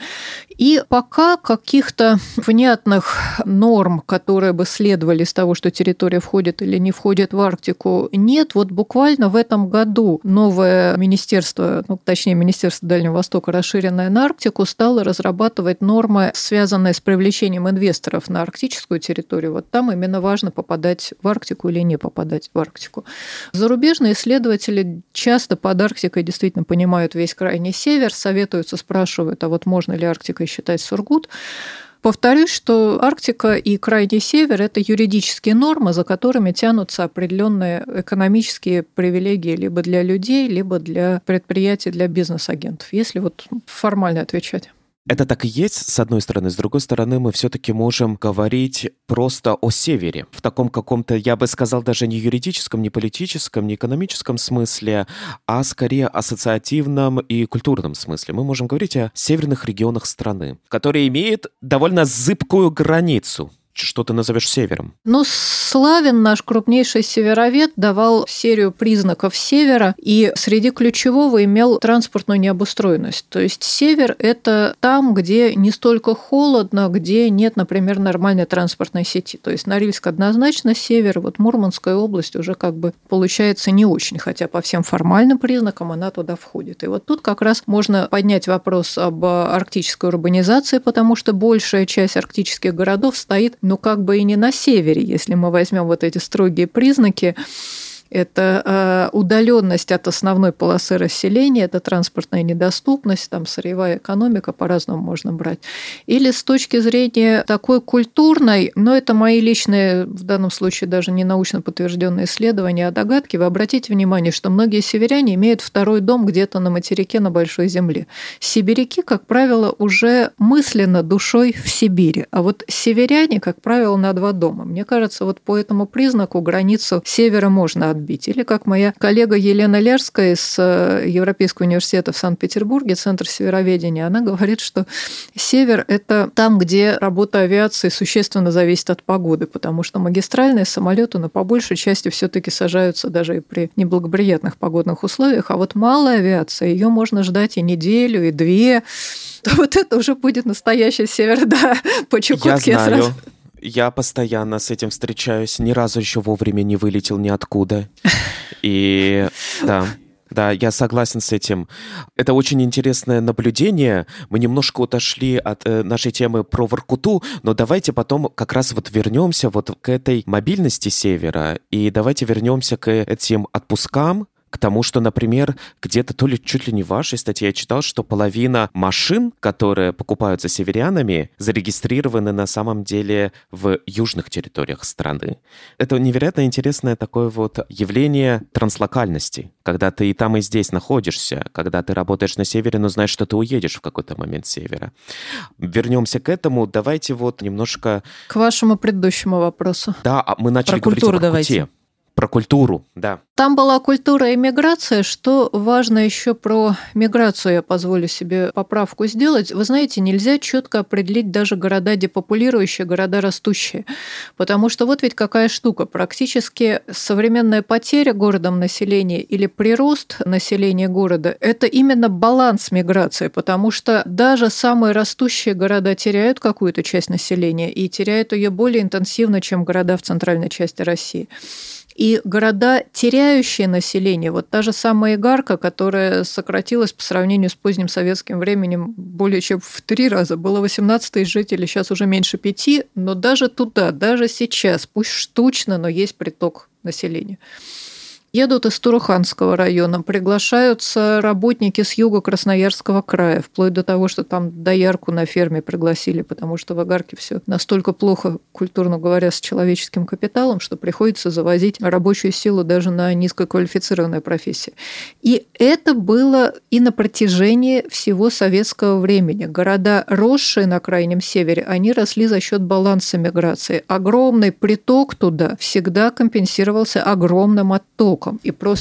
И пока каких-то внятных норм, которые бы следовали из того, что территория входит входит или не входит в Арктику, нет. Вот буквально в этом году новое министерство, точнее, Министерство Дальнего Востока, расширенное на Арктику, стало разрабатывать нормы, связанные с привлечением инвесторов на арктическую территорию. Вот там именно важно попадать в Арктику или не попадать в Арктику. Зарубежные исследователи часто под Арктикой действительно понимают весь крайний север, советуются, спрашивают, а вот можно ли Арктикой считать Сургут. Повторюсь, что Арктика и Крайний Север – это юридические нормы, за которыми тянутся определенные экономические привилегии либо для людей, либо для предприятий, для бизнес-агентов, если вот формально отвечать. Это так и есть, с одной стороны. С другой стороны, мы все-таки можем говорить просто о севере. В таком каком-то, я бы сказал, даже не юридическом, не политическом, не экономическом смысле, а скорее ассоциативном и культурном смысле. Мы можем говорить о северных регионах страны, которые имеют довольно зыбкую границу. Что ты назовешь севером? Славин, наш крупнейший северовед, давал серию признаков севера, и среди ключевого имел транспортную необустроенность. То есть север – это там, где не столько холодно, где нет, например, нормальной транспортной сети. То есть Норильск однозначно север, вот Мурманская область уже как бы получается не очень, хотя по всем формальным признакам она туда входит. И вот тут как раз можно поднять вопрос об арктической урбанизации, потому что большая часть арктических городов стоит как бы и не на севере, если мы возьмем вот эти строгие признаки. Это удаленность от основной полосы расселения, это транспортная недоступность, там сырьевая экономика, по-разному можно брать. Или с точки зрения такой культурной, но это мои личные, в данном случае даже не научно подтвержденные исследования, а догадки, вы обратите внимание, что многие северяне имеют второй дом где-то на материке, на большой земле. Сибиряки, как правило, уже мысленно душой в Сибири, а вот северяне, как правило, на два дома. Мне кажется, вот по этому признаку границу севера можно отбить. Или как моя коллега Елена Лярская из Европейского университета в Санкт-Петербурге, Центр североведения, она говорит, что север – это там, где работа авиации существенно зависит от погоды, потому что магистральные самолеты, по большей части все-таки сажаются даже и при неблагоприятных погодных условиях, а вот малая авиация, ее можно ждать и неделю, и две. Вот это уже будет настоящий север, да, по Чукотке. Я знаю. Я постоянно с этим встречаюсь, ни разу еще вовремя не вылетел ниоткуда. И да, я согласен с этим. Это очень интересное наблюдение. Мы немножко отошли от нашей темы про Воркуту, но давайте потом как раз вот вернемся вот к этой мобильности севера, и давайте вернемся к этим отпускам, к тому, что, например, где-то то ли чуть ли не в вашей статье я читал, что половина машин, которые покупаются северянами, зарегистрированы на самом деле в южных территориях страны. Это невероятно интересное такое вот явление транслокальности, когда ты и там, и здесь находишься, когда ты работаешь на севере, но знаешь, что ты уедешь в какой-то момент с севера. Вернемся к этому. Давайте вот немножко... К вашему предыдущему вопросу. Да, мы начали говорить о Воркуте. Про культуру, да. Там была культура и миграция. Что важно еще про миграцию, я позволю себе поправку сделать. Вы знаете, нельзя четко определить даже города депопулирующие, города растущие. Потому что вот ведь какая штука. Практически современная потеря городом населения или прирост населения города – это именно баланс миграции. Потому что даже самые растущие города теряют какую-то часть населения и теряют ее более интенсивно, чем города в центральной части России. И города, теряющие население, вот та же самая Игарка, которая сократилась по сравнению с поздним советским временем более чем в 3 раза, было 18 тысяч жителей, сейчас уже меньше 5, но даже туда, даже сейчас, пусть штучно, но есть приток населения. Едут из Туруханского района, приглашаются работники с юга Красноярского края, вплоть до того, что там доярку на ферме пригласили, потому что в Игарке все настолько плохо, культурно говоря, с человеческим капиталом, что приходится завозить рабочую силу даже на низкоквалифицированные профессии. И это было и на протяжении всего советского времени. Города, росшие на Крайнем Севере, они росли за счет баланса миграции. Огромный приток туда всегда компенсировался огромным оттоком. И просто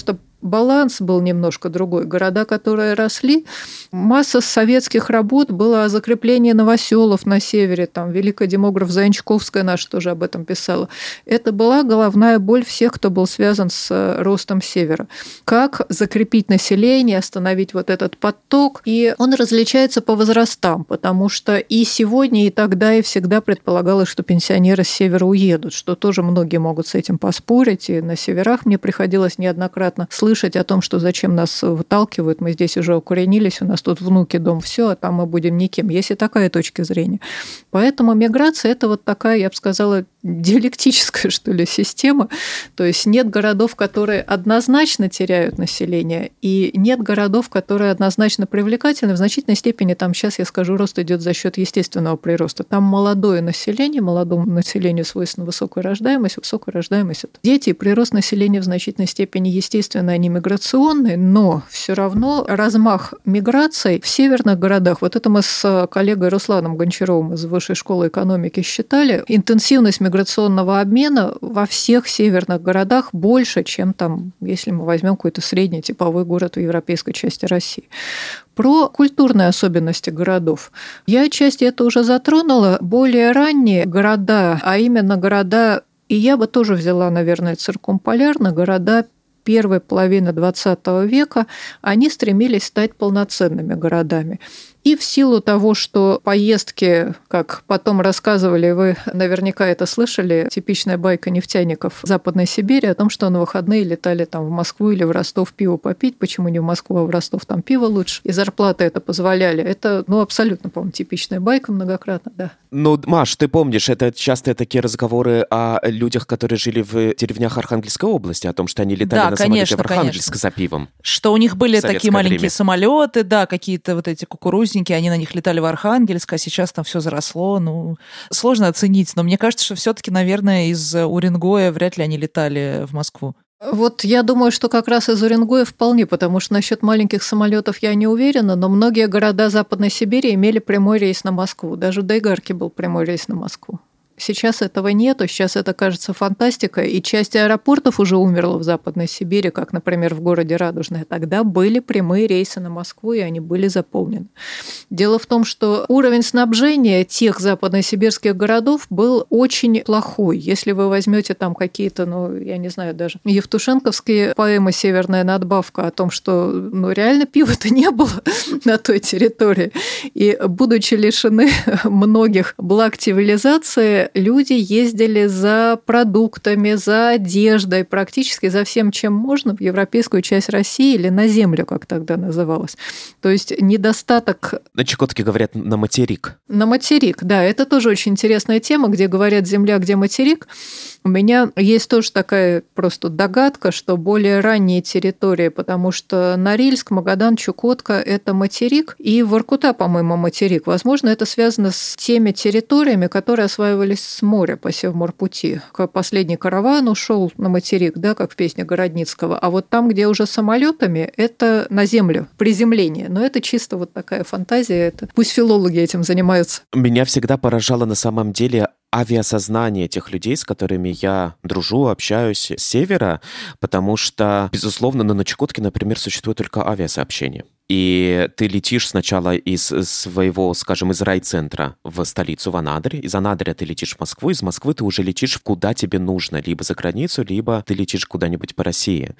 баланс был немножко другой. Города, которые росли, масса советских работ была о закреплении новоселов на севере. Там великая демограф Заянчковская наша тоже об этом писала. Это была головная боль всех, кто был связан с ростом севера. Как закрепить население, остановить вот этот поток. И он различается по возрастам, потому что и сегодня, и тогда, и всегда предполагалось, что пенсионеры с севера уедут, что тоже многие могут с этим поспорить. И на северах мне приходилось неоднократно слышать о том, что зачем нас выталкивают, мы здесь уже укоренились, у нас тут внуки, дом, все, а там мы будем никем. Есть и такая точка зрения. Поэтому миграция – это вот такая, я бы сказала, диалектическая, что ли, система. То есть нет городов, которые однозначно теряют население, и нет городов, которые однозначно привлекательны. В значительной степени там сейчас, я скажу, рост идет за счет естественного прироста. Там молодое население, молодому населению свойственна высокая рождаемость – это дети, и прирост населения в значительной степени естественный, а не миграционный, но все равно размах миграций в северных городах, вот это мы с коллегой Русланом Гончаровым из Высшей школы экономики считали, интенсивность миграционного обмена во всех северных городах больше, чем там, если мы возьмем какой-то средний типовой город в европейской части России. Про культурные особенности городов. Я отчасти это уже затронула. Более ранние города, а именно города, и я бы тоже взяла, наверное, циркумполярно, города первой половины XX века, они стремились стать полноценными городами. И в силу того, что поездки, как потом рассказывали, вы наверняка это слышали, типичная байка нефтяников в Западной Сибири о том, что на выходные летали там в Москву или в Ростов пиво попить. Почему не в Москву, а в Ростов, там пиво лучше. И зарплаты это позволяли. Это, абсолютно, по-моему, типичная байка многократно, да. Маш, ты помнишь, это часто такие разговоры о людях, которые жили в деревнях Архангельской области, о том, что они летали на самолете в Архангельск за пивом. Что у них были такие маленькие самолеты, да, какие-то вот эти кукурузники, они на них летали в Архангельск, а сейчас там все заросло. Сложно оценить, но мне кажется, что все-таки, наверное, из Уренгоя вряд ли они летали в Москву. Вот я думаю, что как раз из Уренгоя вполне, потому что насчет маленьких самолетов я не уверена, но многие города Западной Сибири имели прямой рейс на Москву. Даже до Игарки был прямой рейс на Москву. Сейчас этого нету, сейчас это кажется фантастикой, и часть аэропортов уже умерла в Западной Сибири, как, например, в городе Радужное. Тогда были прямые рейсы на Москву, и они были заполнены. Дело в том, что уровень снабжения тех западносибирских городов был очень плохой. Если вы возьмете там какие-то, я не знаю, даже евтушенковские поэмы «Северная надбавка» о том, что реально пива-то не было на той территории. И будучи лишены многих благ цивилизации, люди ездили за продуктами, за одеждой, практически за всем, чем можно, в европейскую часть России или на землю, как тогда называлось. То есть недостаток... На Чукотке говорят «на материк». На материк, да. Это тоже очень интересная тема, где говорят «земля, где материк». У меня есть тоже такая просто догадка, что более ранние территории, потому что Норильск, Магадан, Чукотка – это материк, и Воркута, по-моему, материк. Возможно, это связано с теми территориями, которые осваивались с моря по Севморпути. Последний караван ушел на материк, да, как в песне Городницкого. А вот там, где уже самолетами, это на землю, приземление. Но это чисто вот такая фантазия. Это... Пусть филологи этим занимаются. Меня всегда поражало на самом деле авиасознание тех людей, с которыми я дружу, общаюсь с севера, потому что, безусловно, на Чукотке, например, существует только авиасообщение. И ты летишь сначала из своего, скажем, из райцентра в столицу, в Анадырь. Из Анадыря ты летишь в Москву, из Москвы ты уже летишь куда тебе нужно. Либо за границу, либо ты летишь куда-нибудь по России.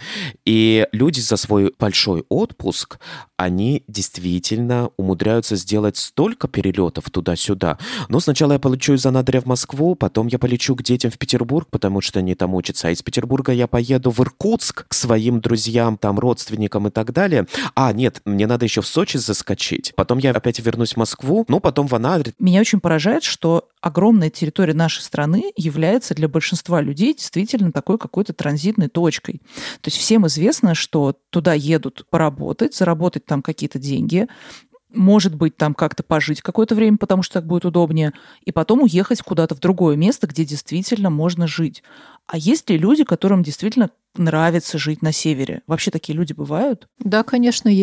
И люди за свой большой отпуск, они действительно умудряются сделать столько перелетов туда-сюда. Сначала я полечу из Анадыря в Москву, потом я полечу к детям в Петербург, потому что они там учатся. А из Петербурга я поеду в Иркутск к своим друзьям, там, родственникам и так далее. Нет, мне надо еще в Сочи заскочить. Потом я опять вернусь в Москву, потом в Анадырь. Меня очень поражает, что огромная территория нашей страны является для большинства людей действительно такой какой-то транзитной точкой. То есть всем известно, что туда едут поработать, заработать там какие-то деньги, может быть, там как-то пожить какое-то время, потому что так будет удобнее, и потом уехать куда-то в другое место, где действительно можно жить. А есть ли люди, которым действительно нравится жить на севере? Вообще такие люди бывают? Да, конечно, есть.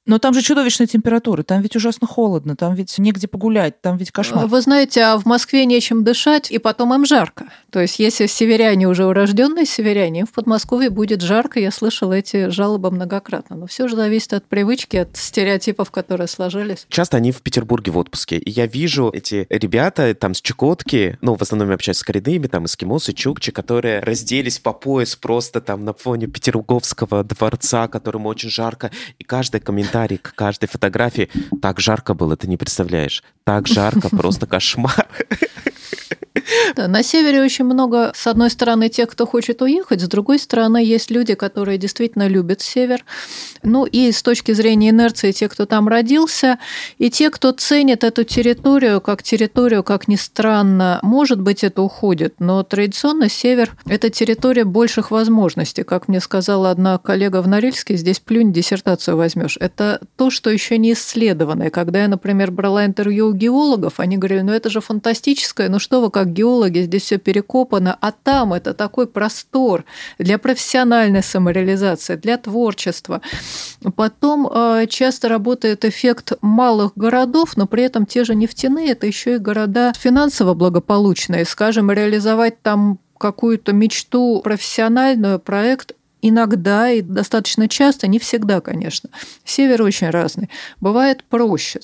Но там же чудовищная температура, там ведь ужасно холодно, там ведь негде погулять, там ведь кошмар. Вы знаете, а в Москве нечем дышать, и потом им жарко. То есть если северяне уже урожденные северяне, им в Подмосковье будет жарко, я слышала эти жалобы многократно. Но все же зависит от привычки, от стереотипов, которые сложились. Часто они в Петербурге в отпуске, и я вижу эти ребята там с Чукотки, в основном я общаюсь с коренными, там эскимосы, чукчи, которые разделись по пояс просто там на фоне Петерговского дворца, которому очень жарко, и каждый комментарий к каждой фотографии: так жарко было, ты не представляешь, так жарко, просто кошмар. Да, на севере очень много, с одной стороны, тех, кто хочет уехать, с другой стороны, есть люди, которые действительно любят север. И с точки зрения инерции, те, кто там родился, и те, кто ценит эту территорию, как ни странно, может быть, это уходит, но традиционно север – это территория больших возможностей. Как мне сказала одна коллега в Норильске, здесь плюнь, диссертацию возьмешь. Это то, что еще не исследовано. И когда я, например, брала интервью у геологов, они говорили: это же фантастическое, что вы как геологи, здесь все перекопано, а там это такой простор для профессиональной самореализации, для творчества. Потом часто работает эффект малых городов, но при этом те же нефтяные – это еще и города финансово благополучные. Скажем, реализовать там какую-то мечту профессиональную, проект иногда и достаточно часто, не всегда, конечно. Север очень разный. Бывает проще.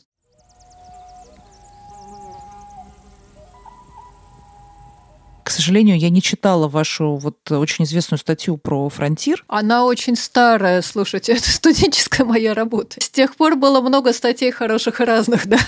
К сожалению, я не читала вашу очень известную статью про фронтир. Она очень старая, слушайте, это студенческая моя работа. С тех пор было много статей хороших и разных, да.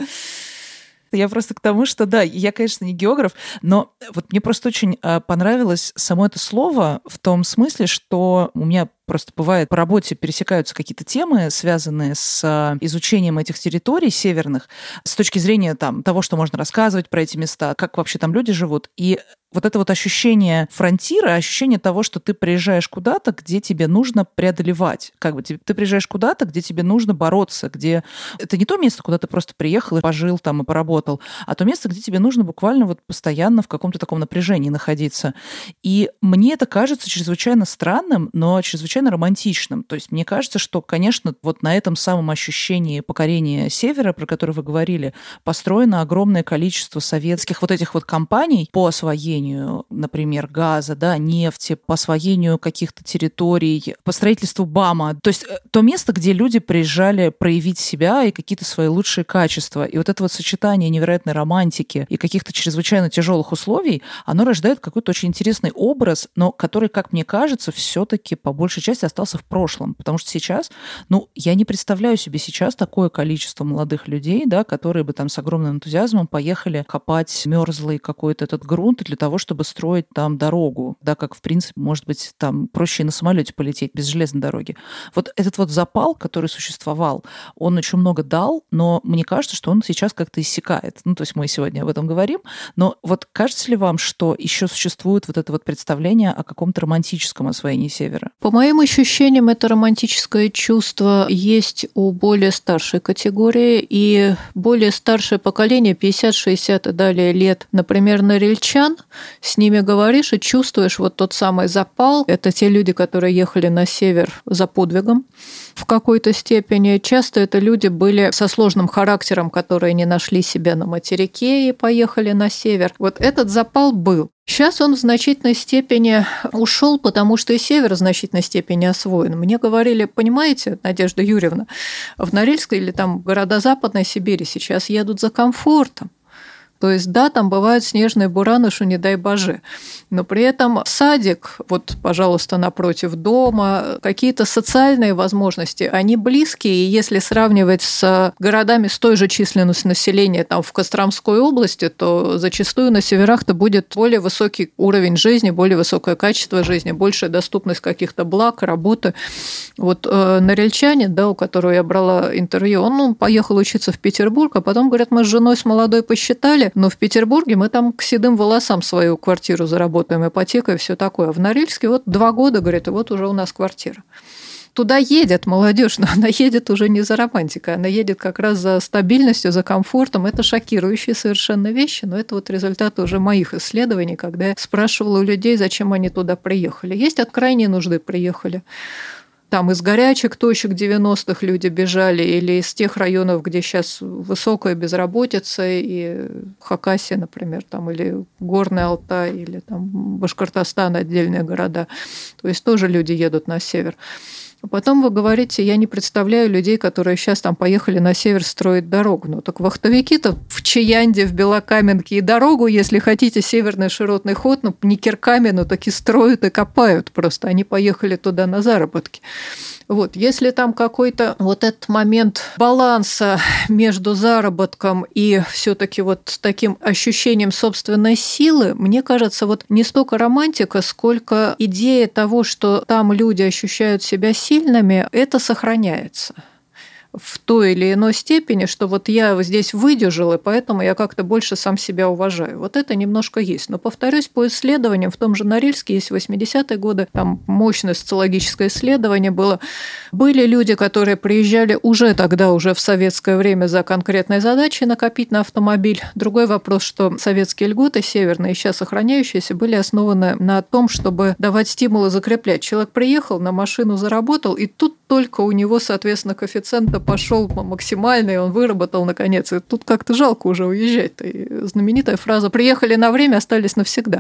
Я просто к тому, что, да, я, конечно, не географ, но мне просто очень понравилось само это слово в том смысле, что у меня просто бывает по работе пересекаются какие-то темы, связанные с изучением этих территорий северных, с точки зрения того, что можно рассказывать про эти места, как вообще там люди живут. И это ощущение фронтира, ощущение того, что ты приезжаешь куда-то, где тебе нужно преодолевать. Ты приезжаешь куда-то, где тебе нужно бороться, где это не то место, куда ты просто приехал и пожил там и поработал, а то место, где тебе нужно буквально постоянно в каком-то таком напряжении находиться. И мне это кажется чрезвычайно странным, но чрезвычайно романтичным. То есть мне кажется, что, конечно, на этом самом ощущении покорения Севера, про которое вы говорили, построено огромное количество советских этих компаний по освоению, например, газа, нефти, по освоению каких-то территорий, по строительству БАМа. То есть то место, где люди приезжали проявить себя и какие-то свои лучшие качества. И это сочетание невероятной романтики и каких-то чрезвычайно тяжелых условий, оно рождает какой-то очень интересный образ, но который, как мне кажется, все-таки по большей части остался в прошлом. Потому что сейчас, я не представляю себе сейчас такое количество молодых людей, которые бы с огромным энтузиазмом поехали копать мерзлый какой-то этот грунт для того, чтобы строить там дорогу, как, в принципе, может быть, там проще и на самолете полететь без железной дороги. Этот запал, который существовал, он очень много дал, но мне кажется, что он сейчас как-то иссякает. То есть мы сегодня об этом говорим, но кажется ли вам, что еще существует это представление о каком-то романтическом освоении Севера? По моим ощущениям, это романтическое чувство есть у более старшей категории, и более старшее поколение, 50, 60 и далее лет, например, норильчан, с ними говоришь и чувствуешь тот самый запал. Это те люди, которые ехали на север за подвигом в какой-то степени. Часто это люди были со сложным характером, которые не нашли себя на материке и поехали на север. Этот запал был. Сейчас он в значительной степени ушел, потому что и север в значительной степени освоен. Мне говорили: понимаете, Надежда Юрьевна, в Норильск или города Западной Сибири сейчас едут за комфортом. То есть, там бывают снежные бураны, что не дай боже. Но при этом садик, пожалуйста, напротив дома, какие-то социальные возможности, они близкие. И если сравнивать с городами с той же численностью населения в Костромской области, то зачастую на северах-то будет более высокий уровень жизни, более высокое качество жизни, большая доступность каких-то благ, работы. Норильчанин, у которого я брала интервью, он поехал учиться в Петербург, а потом, говорят, мы с женой с молодой посчитали, но в Петербурге мы там к седым волосам свою квартиру заработаем, ипотека и все такое. А в Норильске 2 года, говорит, и уже у нас квартира. Туда едет молодежь, но она едет уже не за романтикой, она едет как раз за стабильностью, за комфортом. Это шокирующие совершенно вещи, но это результаты уже моих исследований, когда я спрашивала у людей, зачем они туда приехали. Есть от крайней нужды приехали. там из горячих точек 90-х люди бежали, или из тех районов, где сейчас высокая безработица, и Хакасия, например, там, или Горный Алтай, или там Башкортостан, отдельные города. То есть тоже люди едут на север. А потом вы говорите, я не представляю людей, которые сейчас там поехали на север строить дорогу. Ну так вахтовики-то в Чаянде, в Белокаменке и дорогу, если хотите, северный широтный ход, ну не кирками, но так и строят и копают просто. Они поехали туда на заработки. Вот, если там какой-то вот этот момент баланса между заработком и все-таки вот таким ощущением собственной силы, мне кажется, вот не столько романтика, сколько идея того, что там люди ощущают себя сильными, это сохраняется в той или иной степени, что вот я здесь выдержал, и поэтому я как-то больше сам себя уважаю. Вот это немножко есть. Но, повторюсь, по исследованиям, в том же Норильске есть 80-е годы, там мощное социологическое исследование было. Были люди, которые приезжали уже тогда, уже в советское время за конкретной задачей накопить на автомобиль. Другой вопрос, что советские льготы северные, сейчас сохраняющиеся, были основаны на том, чтобы давать стимулы закреплять. Человек приехал, на машину заработал, и тут только у него, соответственно, коэффициент пошел максимальный, он выработал наконец. И тут как-то жалко уже уезжать-то. И знаменитая фраза «приехали на время, остались навсегда».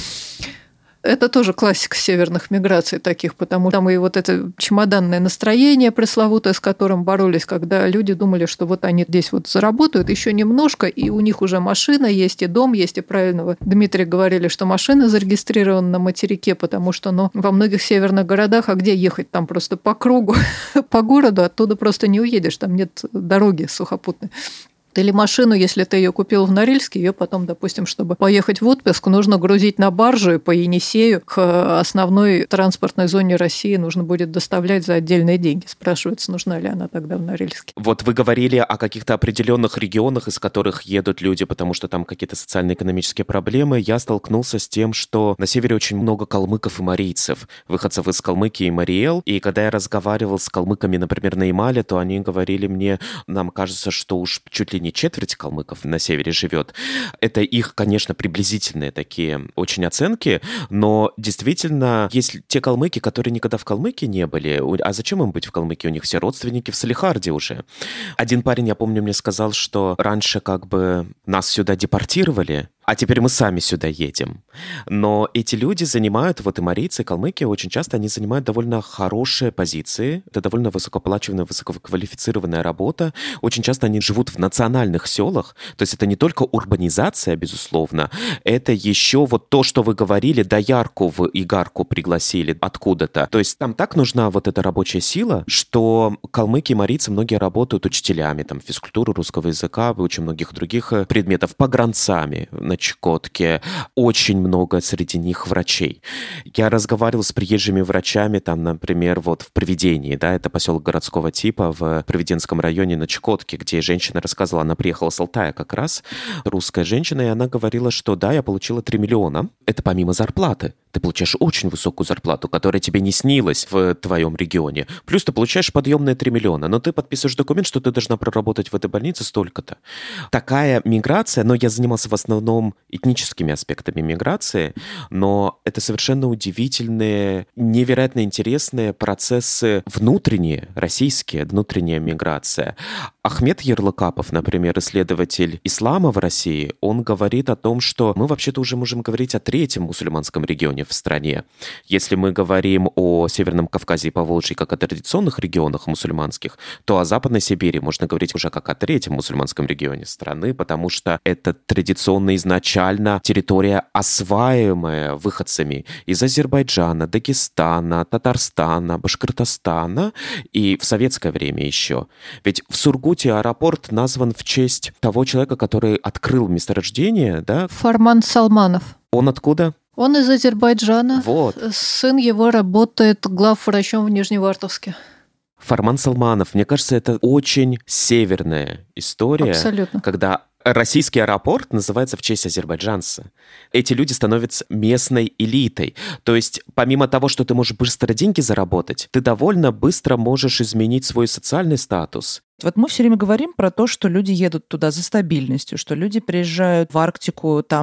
Это тоже классика северных миграций таких, потому что там и вот это чемоданное настроение пресловутое, с которым боролись, когда люди думали, что вот они здесь вот заработают еще немножко, и у них уже машина есть, и дом есть, и правильно вы, Дмитрий, говорили, что машина зарегистрирована на материке, потому что во многих северных городах, а где ехать? Там просто по кругу, по городу, оттуда просто не уедешь, там нет дороги сухопутной. Или машину, если ты ее купил в Норильске, ее потом, допустим, чтобы поехать в отпуск, нужно грузить на баржу и по Енисею к основной транспортной зоне России нужно будет доставлять за отдельные деньги. Спрашивается, нужна ли она тогда в Норильске. Вот вы говорили о каких-то определенных регионах, из которых едут люди, потому что там какие-то социально-экономические проблемы. Я столкнулся с тем, что на севере очень много калмыков и марийцев, выходцев из Калмыкии и Мариэл. И когда я разговаривал с калмыками, например, на Ямале, то они говорили мне, нам кажется, что уж чуть ли не четверть калмыков на севере живет. Это их, конечно, приблизительные такие очень оценки, но действительно есть те калмыки, которые никогда в Калмыкии не были. А зачем им быть в Калмыкии? У них все родственники в Салехарде уже. Один парень, я помню, мне сказал, что раньше как бы нас сюда депортировали, а теперь мы сами сюда едем. Но эти люди занимают, вот и марийцы, и калмыки, очень часто они занимают довольно хорошие позиции. Это довольно высокооплачиваемая, высококвалифицированная работа. Очень часто они живут в национальных селах. То есть это не только урбанизация, безусловно, это еще вот то, что вы говорили, доярку в Игарку пригласили откуда-то. То есть там так нужна вот эта рабочая сила, что калмыки и марийцы многие работают учителями, там, физкультуры, русского языка, очень многих других предметов, погранцами на Чукотке, очень много среди них врачей. Я разговаривал с приезжими врачами, там, например, вот в Провидении, да, это поселок городского типа в Провиденском районе на Чукотке, где женщина рассказывала, она приехала с Алтая как раз, русская женщина, и она говорила, что да, я получила 3 миллиона, это помимо зарплаты. Ты получаешь очень высокую зарплату, которая тебе не снилась в твоем регионе. Плюс ты получаешь подъемные 3 миллиона, но ты подписываешь документ, что ты должна проработать в этой больнице столько-то. Такая миграция, но я занимался в основном этническими аспектами миграции, но это совершенно удивительные, невероятно интересные процессы внутренние, российские, внутренняя миграция. Ахмед Ярлыкапов, например, исследователь ислама в России, он говорит о том, что мы вообще-то уже можем говорить о третьем мусульманском регионе в стране. Если мы говорим о Северном Кавказе и Поволжье как о традиционных регионах мусульманских, то о Западной Сибири можно говорить уже как о третьем мусульманском регионе страны, потому что это традиционно изначально территория, осваиваемая выходцами из Азербайджана, Дагестана, Татарстана, Башкортостана и в советское время еще. Ведь в Сургуте аэропорт назван в честь того человека, который открыл месторождение, да? Фарман Салманов. Он откуда? Он из Азербайджана. Вот. Сын его работает главврачом в Нижневартовске. Фарман Салманов. Мне кажется, это очень северная история. Абсолютно. Когда российский аэропорт называется в честь азербайджанца. Эти люди становятся местной элитой. То есть, помимо того, что ты можешь быстро деньги заработать, ты довольно быстро можешь изменить свой социальный статус. Вот мы все время говорим про то, что люди едут туда за стабильностью, что люди приезжают в Арктику, там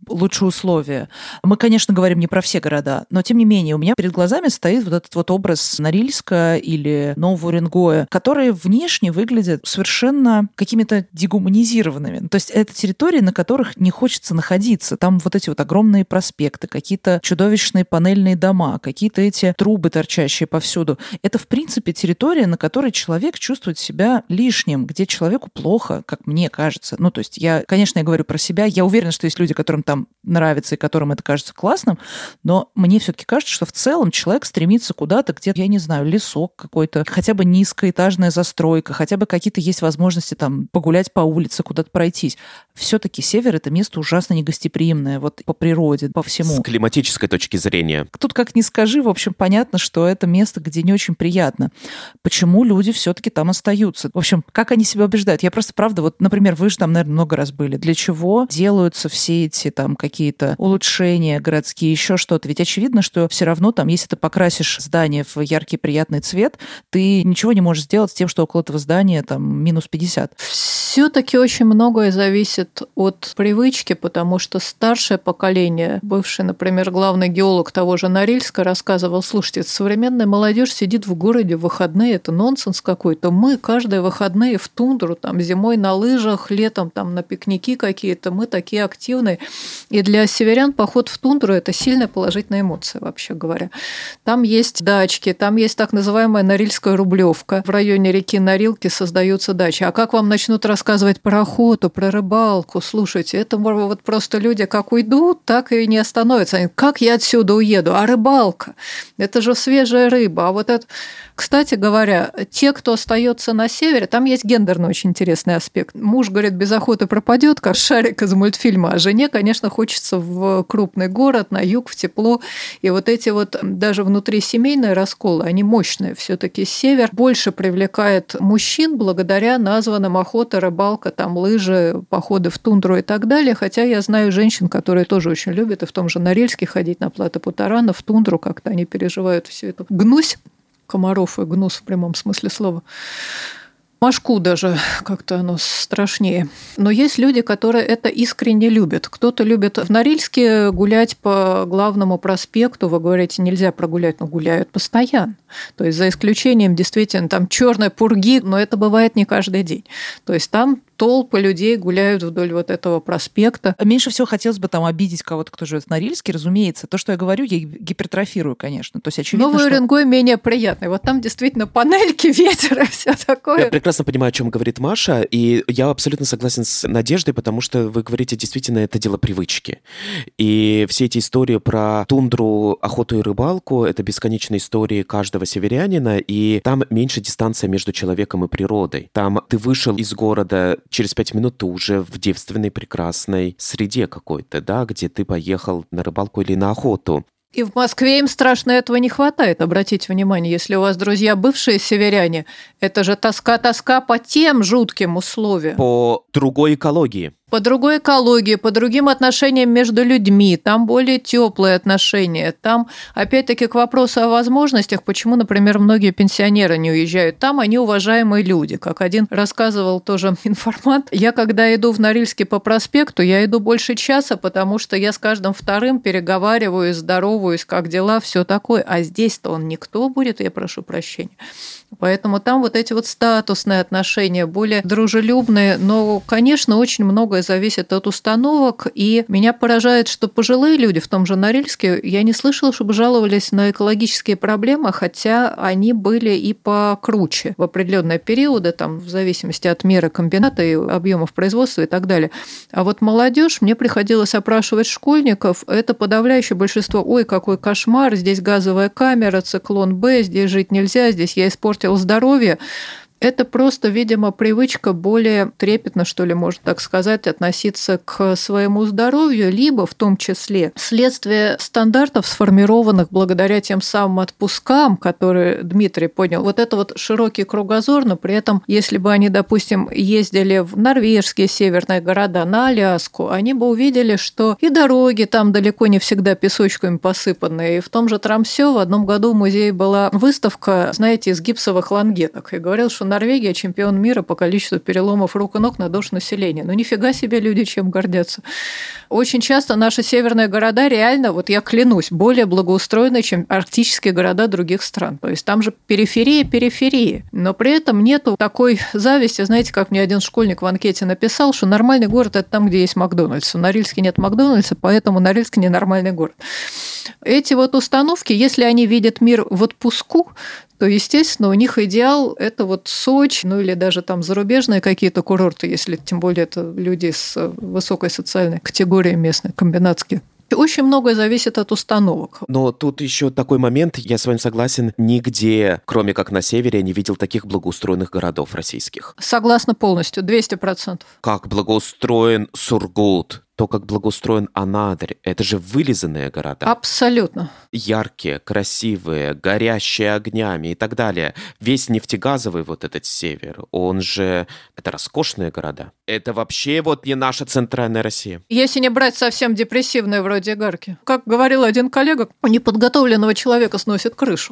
лучше условия. Мы, конечно, говорим не про все города, но, тем не менее, у меня перед глазами стоит вот этот вот образ Норильска или Нового Уренгоя, которые внешне выглядят совершенно какими-то дегуманизированными. То есть это территории, на которых не хочется находиться. Там вот эти вот огромные проспекты, какие-то чудовищные панельные дома, какие-то эти трубы, торчащие повсюду. Это, в принципе, территория, на которой человек чувствует себя лишним, где человеку плохо, как мне кажется. Ну, то есть конечно, я говорю про себя. Я уверена, что есть люди, которым там нравится и которым это кажется классным, но мне все-таки кажется, что в целом человек стремится куда-то, где, я не знаю, лесок какой-то, хотя бы низкоэтажная застройка, хотя бы какие-то есть возможности там погулять по улице, куда-то пройтись. Все-таки север — это место ужасно негостеприимное, вот по природе, по всему. С климатической точки зрения. Тут как ни скажи, в общем, понятно, что это место, где не очень приятно. Почему люди все-таки там остаются? В общем, как они себя убеждают? Я просто, правда, вот, например, вы же там, наверное, много раз были. Для чего делаются все эти там какие-то улучшения городские, еще что-то? Ведь очевидно, что все равно там, если ты покрасишь здание в яркий приятный цвет, ты ничего не можешь сделать с тем, что около этого здания там минус 50. Все-таки очень многое зависит от привычки, потому что старшее поколение, бывший, например, главный геолог того же Норильска, рассказывал: слушайте, современная молодежь сидит в городе в выходные, это нонсенс какой-то. Мы каждые выходные в тундру, там, зимой на лыжах, летом там на пикники какие-то, мы такие активные. И для северян поход в тундру – это сильная положительная эмоция, вообще говоря. Там есть дачки, там есть так называемая Норильская рублевка. В районе реки Норилки создаются дачи. А как вам начнут рассказывать про охоту, про рыбалку? Слушайте, это вот просто люди как уйдут, так и не остановятся. Они: как я отсюда уеду? А рыбалка? Это же свежая рыба. А вот это... Кстати говоря, те, кто остается на севере, там есть гендерный очень интересный аспект. Муж, говорит, без охоты пропадет, как шарик из мультфильма, а жене, конечно, хочется в крупный город, на юг, в тепло. И вот эти вот даже внутрисемейные расколы, они мощные. Все-таки север больше привлекает мужчин благодаря названным охота, рыбалка, там лыжи, походы в тундру и так далее. Хотя я знаю женщин, которые тоже очень любят и в том же Норильске ходить на плато Путарана, в тундру, как-то они переживают всю эту гнусь. Комаров и гнус в прямом смысле слова. Машку даже как-то оно страшнее. Но есть люди, которые это искренне любят. Кто-то любит в Норильске гулять по главному проспекту. Вы говорите, нельзя прогулять, но гуляют постоянно. То есть за исключением действительно там черной пурги, но это бывает не каждый день. То есть там толпы людей гуляют вдоль вот этого проспекта. Меньше всего хотелось бы там обидеть кого-то, кто живет в Норильске, разумеется. То, что я говорю, я гипертрофирую, конечно. То есть очевидно, Новый Уренгой менее приятный. Вот там действительно панельки, ветер и все такое. Я прекрасно понимаю, о чем говорит Маша, и я абсолютно согласен с Надеждой, потому что вы говорите, действительно, это дело привычки. И все эти истории про тундру, охоту и рыбалку — это бесконечные истории каждого северянина, и там меньше дистанция между человеком и природой. Там ты вышел из города, через 5 минут ты уже в девственной, прекрасной среде какой-то, да, где ты поехал на рыбалку или на охоту. И в Москве им страшно этого не хватает. Обратите внимание, если у вас друзья бывшие северяне, это же тоска по тем жутким условиям. По другой экологии. По другой экологии, по другим отношениям между людьми, там более теплые отношения. Там, опять-таки, к вопросу о возможностях, почему, например, многие пенсионеры не уезжают. Там они уважаемые люди. Как один рассказывал тоже информант, я когда иду в Норильске по проспекту, я иду больше часа, потому что я с каждым вторым переговариваюсь, здороваюсь, как дела, все такое. А здесь-то он никто будет, я прошу прощения. Поэтому там вот эти вот статусные отношения, более дружелюбные, но, конечно, очень многое зависит от установок, и меня поражает, что пожилые люди в том же Норильске, я не слышала, чтобы жаловались на экологические проблемы, хотя они были и покруче в определенные периоды, там, в зависимости от меры комбината и объемов производства и так далее. А вот молодежь, мне приходилось опрашивать школьников, это подавляющее большинство: ой, какой кошмар, здесь газовая камера, циклон Б, здесь жить нельзя, здесь я испортил здоровье. Это просто, видимо, привычка более трепетно, что ли, можно так сказать, относиться к своему здоровью, либо в том числе следствие стандартов, сформированных благодаря тем самым отпускам, которые Дмитрий понял. Вот это вот широкий кругозор, но при этом, если бы они, допустим, ездили в норвежские северные города, на Аляску, они бы увидели, что и дороги там далеко не всегда песочками посыпанные. И в том же Тромсе в одном году в музее была выставка, знаете, из гипсовых лангеток. И говорил, что Норвегия чемпион мира по количеству переломов рук и ног на душу населения. Ну, нифига себе люди чем гордятся. Очень часто наши северные города реально, вот я клянусь, более благоустроены, чем арктические города других стран. То есть там же периферия. Но при этом нету такой зависти. Знаете, как мне один школьник в анкете написал, что нормальный город – это там, где есть Макдональдс. В Норильске нет Макдональдса, поэтому Норильск ненормальный город. Эти вот установки, если они видят мир в отпуску, то, естественно, у них идеал – это вот Сочи, ну или даже там зарубежные какие-то курорты, если тем более это люди с высокой социальной категорией местной, комбинатские. Очень многое зависит от установок. Но тут еще такой момент, я с вами согласен, нигде, кроме как на севере, я не видел таких благоустроенных городов российских. Согласна полностью, 200%. Как благоустроен Сургут, то, как благоустроен Анадырь, это же вылизанные города. Абсолютно. Яркие, красивые, горящие огнями и так далее. Весь нефтегазовый вот этот север, он же... Это роскошные города. Это вообще вот не наша центральная Россия. Если не брать совсем депрессивные вроде Игарки. Как говорил один коллега, у неподготовленного человека сносит крышу.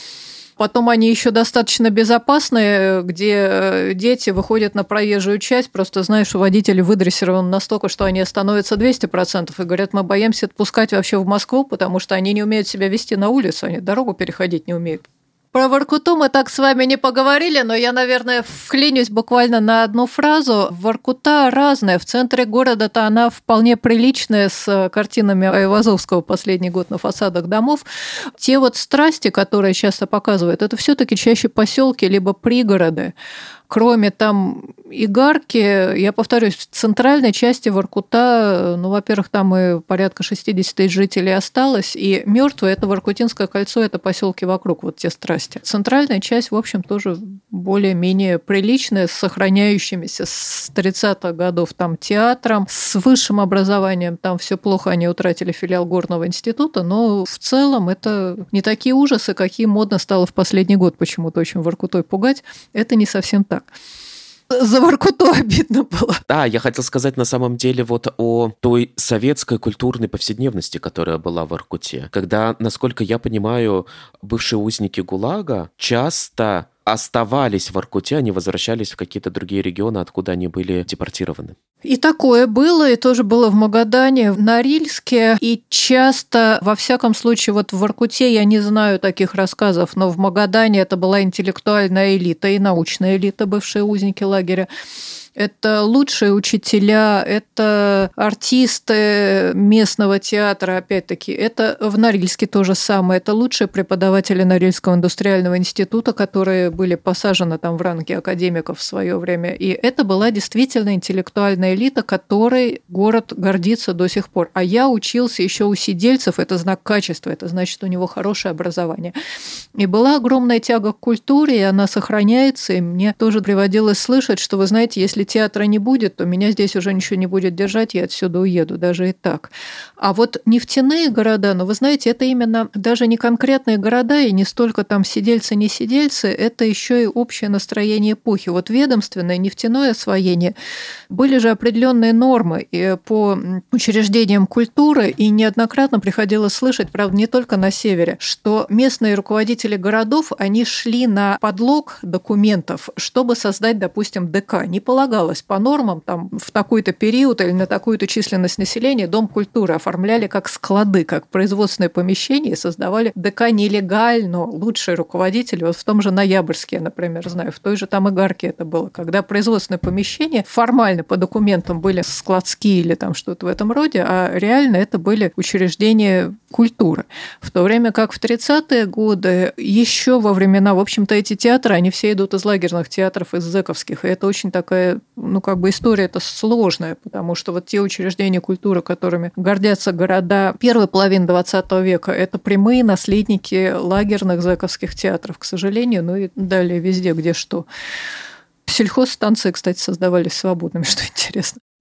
Потом они еще достаточно безопасные, где дети выходят на проезжую часть, просто знаешь, что водители выдрессированы настолько, что они становятся 200%, и говорят, мы боимся отпускать вообще в Москву, потому что они не умеют себя вести на улицу, они дорогу переходить не умеют. Про Воркуту мы так с вами не поговорили, но я, наверное, вклинюсь буквально на одну фразу. Воркута разная. В центре города-то она вполне приличная, с картинами Айвазовского последний год на фасадах домов. Те вот страсти, которые часто показывают, это все-таки чаще поселки либо пригороды. Кроме там Игарки, я повторюсь, в центральной части Воркута, ну, во-первых, там и порядка 60 тысяч жителей осталось, и мертвое – это Воркутинское кольцо, это поселки вокруг, вот те страсти. Центральная часть, в общем, тоже более-менее приличная, с сохраняющимися с 30-х годов там театром, с высшим образованием, там все плохо, они утратили филиал Горного института, но в целом это не такие ужасы, какие модно стало в последний год почему-то очень Воркутой пугать, это не совсем так. За Воркуту обидно было. Да, я хотел сказать на самом деле вот о той советской культурной повседневности, которая была в Воркуте. Когда, насколько я понимаю, бывшие узники ГУЛАГа часто оставались в Воркуте, они возвращались в какие-то другие регионы, откуда они были депортированы. И такое было, и тоже было в Магадане, в Норильске, и часто, во всяком случае, вот в Воркуте я не знаю таких рассказов, но в Магадане это была интеллектуальная элита и научная элита, бывшие узники лагеря. Это лучшие учителя, это артисты местного театра, опять-таки. Это в Норильске то же самое. Это лучшие преподаватели Норильского индустриального института, которые были посажены там в ранге академиков в свое время. И это была действительно интеллектуальная элита, которой город гордится до сих пор. А я учился еще у сидельцев, это знак качества, это значит, у него хорошее образование. И была огромная тяга к культуре, и она сохраняется. И мне тоже приводилось слышать, что, вы знаете, если театра не будет, то меня здесь уже ничего не будет держать, я отсюда уеду, даже и так. А вот нефтяные города, ну, вы знаете, это именно даже не конкретные города, и не столько там сидельцы, не сидельцы, это еще и общее настроение эпохи. Вот ведомственное нефтяное освоение, были же определенные нормы и по учреждениям культуры, и неоднократно приходилось слышать, правда, не только на севере, что местные руководители городов, они шли на подлог документов, чтобы создать, допустим, ДК. Не полагалось по нормам, там, в такой-то период или на такую-то численность населения Дом культуры оформляли как склады, как производственные помещения, и создавали ДК нелегально. Лучшие руководители, вот в том же Ноябрьске, например, знаю, в той же там Игарке это было, когда производственные помещения формально по документам были складские или там что-то в этом роде, а реально это были учреждения культуры. В то время как в 30-е годы, еще во времена, в общем-то, эти театры, они все идут из лагерных театров, из зэковских, и это очень такая, ну, как бы история это сложная, потому что вот те учреждения культуры, которыми гордятся города первой половины 20 века, это прямые наследники лагерных зэковских театров, к сожалению, ну и далее везде, где что. Сельхозстанции, кстати, создавались свободными, что интересно.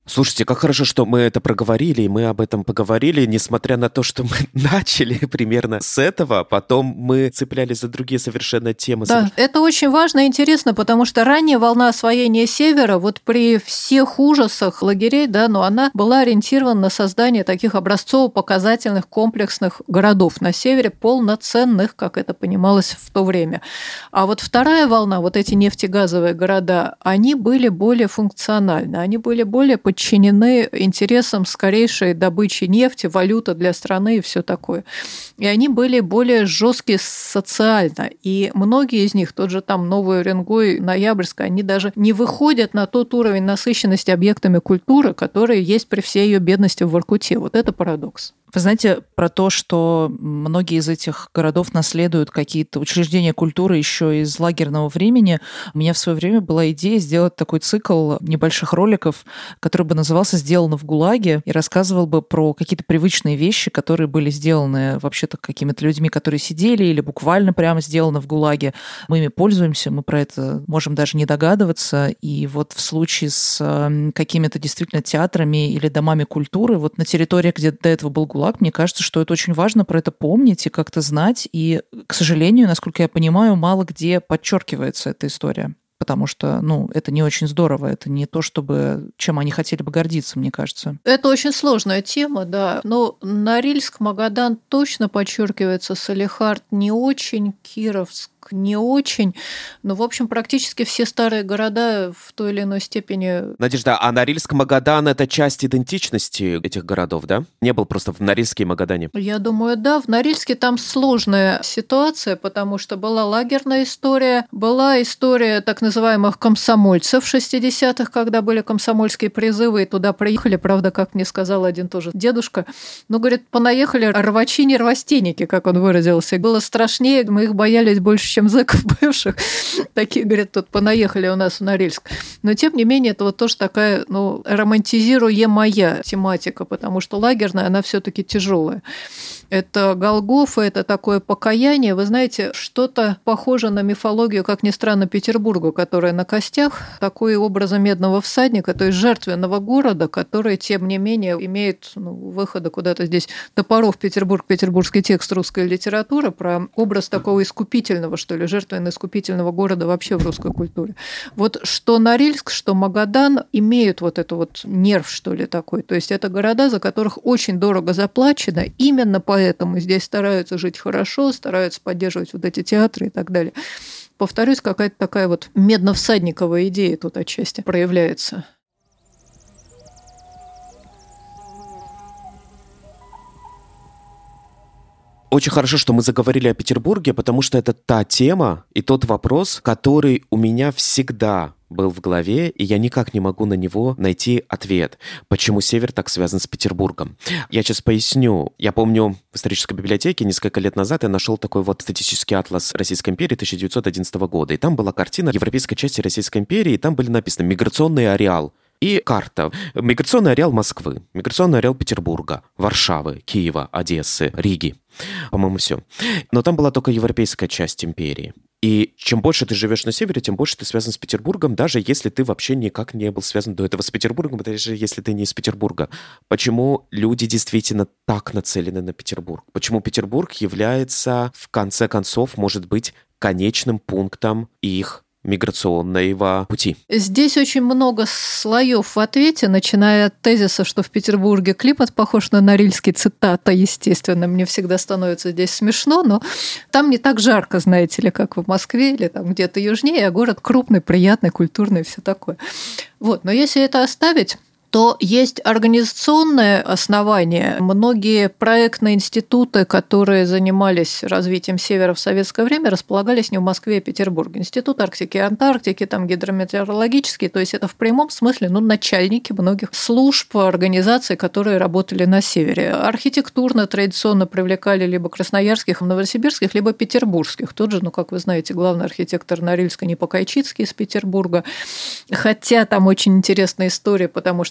Слушайте, как хорошо, что мы это проговорили, и мы об этом поговорили, несмотря на то, что мы начали примерно с этого, потом мы цеплялись за другие совершенно темы. Да, это очень важно и интересно, потому что ранняя волна освоения Севера, вот при всех ужасах лагерей, да, но она была ориентирована на создание таких образцово-показательных комплексных городов на Севере, полноценных, как это понималось в то время. А вот вторая волна, вот эти нефтегазовые города, они были более функциональны, они были более подчинены интересам скорейшей добычи нефти, валюта для страны и все такое. И они были более жесткие социально. И многие из них, тот же там Новый Уренгой, Ноябрьск, они даже не выходят на тот уровень насыщенности объектами культуры, который есть при всей ее бедности в Воркуте. Вот это парадокс. Вы знаете про то, что многие из этих городов наследуют какие-то учреждения культуры еще из лагерного времени. У меня в свое время была идея сделать такой цикл небольших роликов, который бы назывался «Сделано в ГУЛАГе» и рассказывал бы про какие-то привычные вещи, которые были сделаны вообще-то какими-то людьми, которые сидели, или буквально прямо сделано в ГУЛАГе. Мы ими пользуемся, мы про это можем даже не догадываться. И вот в случае с какими-то действительно театрами или домами культуры, вот на территории, где до этого был ГУЛАГ, мне кажется, что это очень важно про это помнить и как-то знать. И, к сожалению, насколько я понимаю, мало где подчеркивается эта история. Потому что, это не очень здорово, это не то, чем они хотели бы гордиться, мне кажется. Это очень сложная тема, да. Но Норильск, Магадан точно подчеркивается, Салехард не очень, Кировск не очень. Но, в общем, практически все старые города в той или иной степени... Надежда, а Норильск, Магадан — это часть идентичности этих городов, да? Не был просто в Норильске и Магадане? Я думаю, да. В Норильске там сложная ситуация, потому что была лагерная история, была история так называемых комсомольцев в 60-х, когда были комсомольские призывы, и туда приехали, правда, как мне сказал один тоже дедушка, говорит, понаехали рвачи-нервостенники, как он выразился. Было страшнее, мы их боялись больше, чем зэков бывших. Такие, говорят, тут понаехали у нас в Норильск. Но, тем не менее, это вот тоже такая, романтизируемая тематика, потому что лагерная, она все-таки тяжелая. Это Голгофа, это такое покаяние. Вы знаете, что-то похоже на мифологию, как ни странно, Петербурга, которая на костях, такой образа медного всадника, то есть жертвенного города, который, тем не менее, имеет выхода куда-то здесь топоров Петербург, петербургский текст русской литературы про образ такого искупительного, что ли, жертвенно-искупительного города вообще в русской культуре. Вот что Норильск, что Магадан имеют вот это вот нерв, что ли, такой. То есть это города, за которых очень дорого заплачено, именно поэтому здесь стараются жить хорошо, стараются поддерживать вот эти театры и так далее. Повторюсь, какая-то такая вот медно-всадниковая идея тут отчасти проявляется. Очень хорошо, что мы заговорили о Петербурге, потому что это та тема и тот вопрос, который у меня всегда был в голове, и я никак не могу на него найти ответ. Почему Север так связан с Петербургом? Я сейчас поясню. Я помню, в исторической библиотеке несколько лет назад я нашел такой вот статистический атлас Российской империи 1911 года, и там была картина европейской части Российской империи, и там были написаны «Миграционный ареал». И карта. Миграционный ареал Москвы, миграционный ареал Петербурга, Варшавы, Киева, Одессы, Риги. По-моему, все. Но там была только европейская часть империи. И чем больше ты живешь на севере, тем больше ты связан с Петербургом, даже если ты вообще никак не был связан до этого с Петербургом, даже если ты не из Петербурга. Почему люди действительно так нацелены на Петербург? Почему Петербург является, в конце концов, может быть, конечным пунктом их миграционного пути? Здесь очень много слоев в ответе, начиная от тезиса, что в Петербурге климат похож на Норильский, цитата, естественно, мне всегда становится здесь смешно, но там не так жарко, знаете ли, как в Москве или там где-то южнее, а город крупный, приятный, культурный, все такое. Вот, но если это оставить, то есть организационное основание. Многие проектные институты, которые занимались развитием Севера в советское время, располагались не в Москве, а в Петербурге. Институт Арктики и Антарктики, там гидрометеорологический, то есть это в прямом смысле начальники многих служб, организаций, которые работали на Севере. Архитектурно традиционно привлекали либо красноярских, новосибирских, либо петербургских. Тот же, как вы знаете, главный архитектор Норильска Непокайчицкий из Петербурга. Хотя там очень интересная история, потому что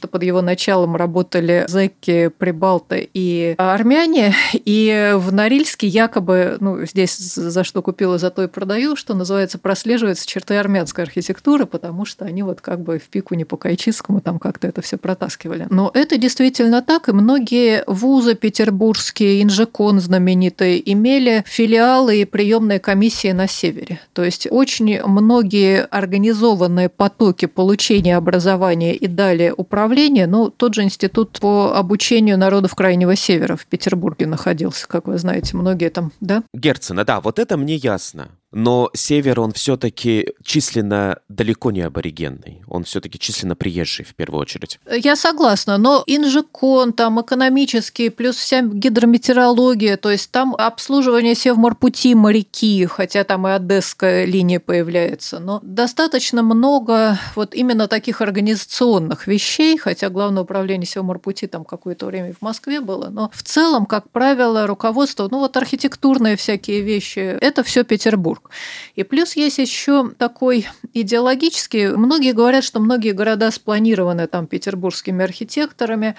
что под его началом работали зэки, прибалты и армяне. И в Норильске якобы, здесь за что купила, за то и продаю, что называется, прослеживаются черты армянской архитектуры, потому что они вот как бы в пику не по Кайчицкому там как-то это все протаскивали. Но это действительно так, и многие вузы петербургские, Инжикон знаменитые, имели филиалы и приемные комиссии на севере. То есть очень многие организованные потоки получения образования и далее управления, тот же институт по обучению народов Крайнего Севера в Петербурге находился, как вы знаете, многие там, да? Герцена, да, вот это мне ясно. Но север, он все-таки численно далеко не аборигенный. Он все-таки численно приезжий в первую очередь. Я согласна, но Инжикон, там экономический, плюс вся гидрометеорология, то есть там обслуживание Севморпути, моряки, хотя там и Одесская линия появляется. Но достаточно много вот именно таких организационных вещей, хотя Главное управление Севморпути там какое-то время в Москве было, но в целом, как правило, руководство, архитектурные всякие вещи, это все Петербург. И плюс есть еще такой идеологический. Многие говорят, что многие города спланированы там петербургскими архитекторами.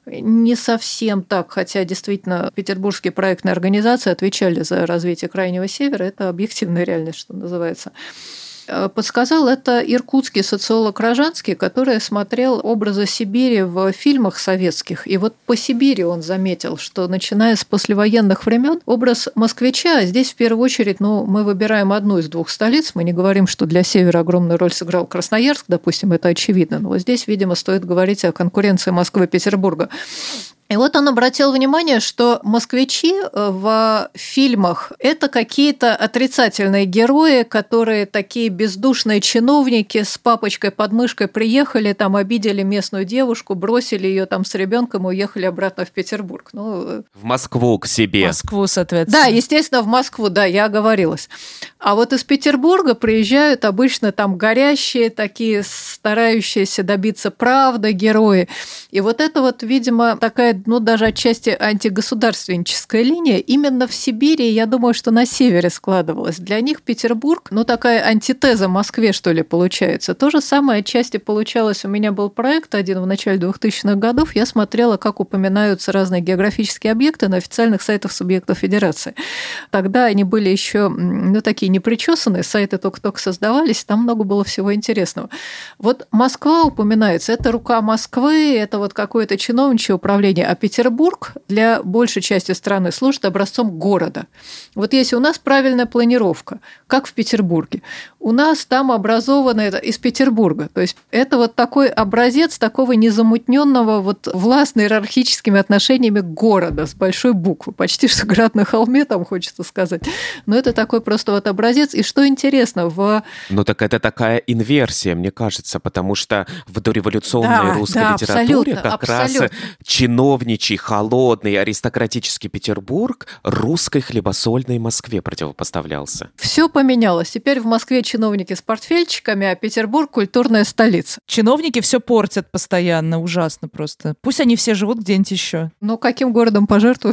Не совсем так, хотя действительно петербургские проектные организации отвечали за развитие Крайнего Севера. Это объективная реальность, что называется. Подсказал это иркутский социолог Рожанский, который смотрел образы Сибири в фильмах советских. И вот по Сибири он заметил, что начиная с послевоенных времен образ москвича, здесь в первую очередь, мы выбираем одну из двух столиц, мы не говорим, что для Севера огромную роль сыграл Красноярск, допустим, это очевидно, но вот здесь, видимо, стоит говорить о конкуренции Москвы и Петербурга. И вот он обратил внимание, что москвичи в фильмах – это какие-то отрицательные герои, которые такие бездушные чиновники с папочкой под мышкой приехали, там обидели местную девушку, бросили ее там с ребенком и уехали обратно в Петербург. В Москву к себе. В Москву, соответственно. Да, естественно, в Москву, да, я оговорилась. А вот из Петербурга приезжают обычно там горящие, такие старающиеся добиться правды герои. И вот это вот, видимо, такая, даже отчасти антигосударственническая линия именно в Сибири, я думаю, что на севере складывалась. Для них Петербург, такая антитеза Москве, что ли, получается. То же самое отчасти получалось. У меня был проект один в начале 2000-х годов. Я смотрела, как упоминаются разные географические объекты на официальных сайтах субъектов федерации. Тогда они были еще, такие непричесанные, сайты только-только создавались, там много было всего интересного. Вот Москва упоминается, это рука Москвы, это вот какое-то чиновничье управление, а Петербург для большей части страны служит образцом города. Вот если у нас правильная планировка, как в Петербурге, у нас там образовано это из Петербурга. То есть это вот такой образец такого незамутненного властно-иерархическими отношениями города с большой буквы. Почти что град на холме, там хочется сказать. Но это такой просто вот образец. И что интересно, так это такая инверсия, мне кажется, потому что в дореволюционной русской литературе как раз чиновничий, холодный, аристократический Петербург русской хлебосольной Москве противопоставлялся. Все поменялось. Теперь в Москве чиновники с портфельчиками, а Петербург – культурная столица. Чиновники все портят постоянно, ужасно просто. Пусть они все живут где-нибудь еще. Каким городом пожертвуем?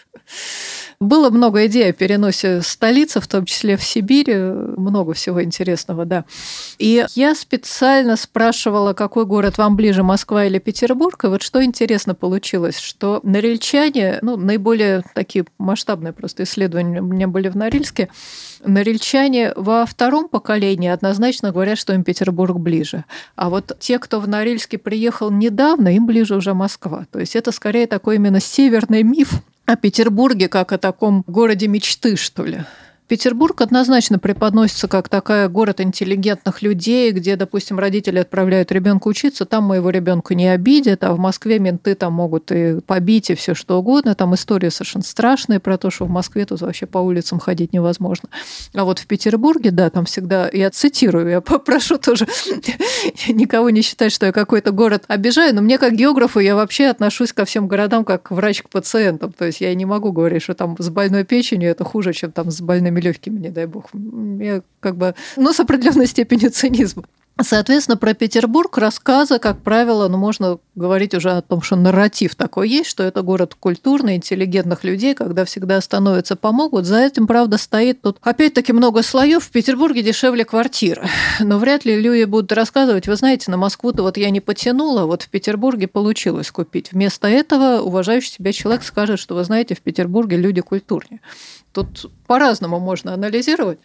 Было много идей о переносе столицы, в том числе в Сибирь, много всего интересного, да. И я специально спрашивала, какой город вам ближе, Москва или Петербург, и вот что интересно получилось, что норильчане, наиболее такие масштабные просто исследования у меня были в Норильске, норильчане во втором поколении однозначно говорят, что им Петербург ближе. А вот те, кто в Норильске приехал недавно, им ближе уже Москва. То есть это скорее такой именно северный миф о Петербурге, как о таком городе мечты, что ли. Петербург однозначно преподносится как такой город интеллигентных людей, где, допустим, родители отправляют ребенка учиться, там моего ребенка не обидят, а в Москве менты там могут и побить, и все что угодно. Там история совершенно страшная про то, что в Москве тут вообще по улицам ходить невозможно. А вот в Петербурге, да, там всегда, я цитирую, я попрошу тоже никого не считать, что я какой-то город обижаю, но мне как географу я вообще отношусь ко всем городам как врач к пациентам. То есть я не могу говорить, что там с больной печенью это хуже, чем там с больными легкими, не дай бог. Я с определенной степенью цинизма. Соответственно, про Петербург рассказы, как правило, можно говорить уже о том, что нарратив такой есть, что это город культурный, интеллигентных людей, когда всегда остановятся, помогут. За этим, правда, стоит тут опять-таки много слоев. В Петербурге дешевле квартира. Но вряд ли люди будут рассказывать, вы знаете, на Москву-то вот я не потянула, вот в Петербурге получилось купить. Вместо этого уважающий себя человек скажет, что, вы знаете, в Петербурге люди культурнее. Тут по-разному можно анализировать.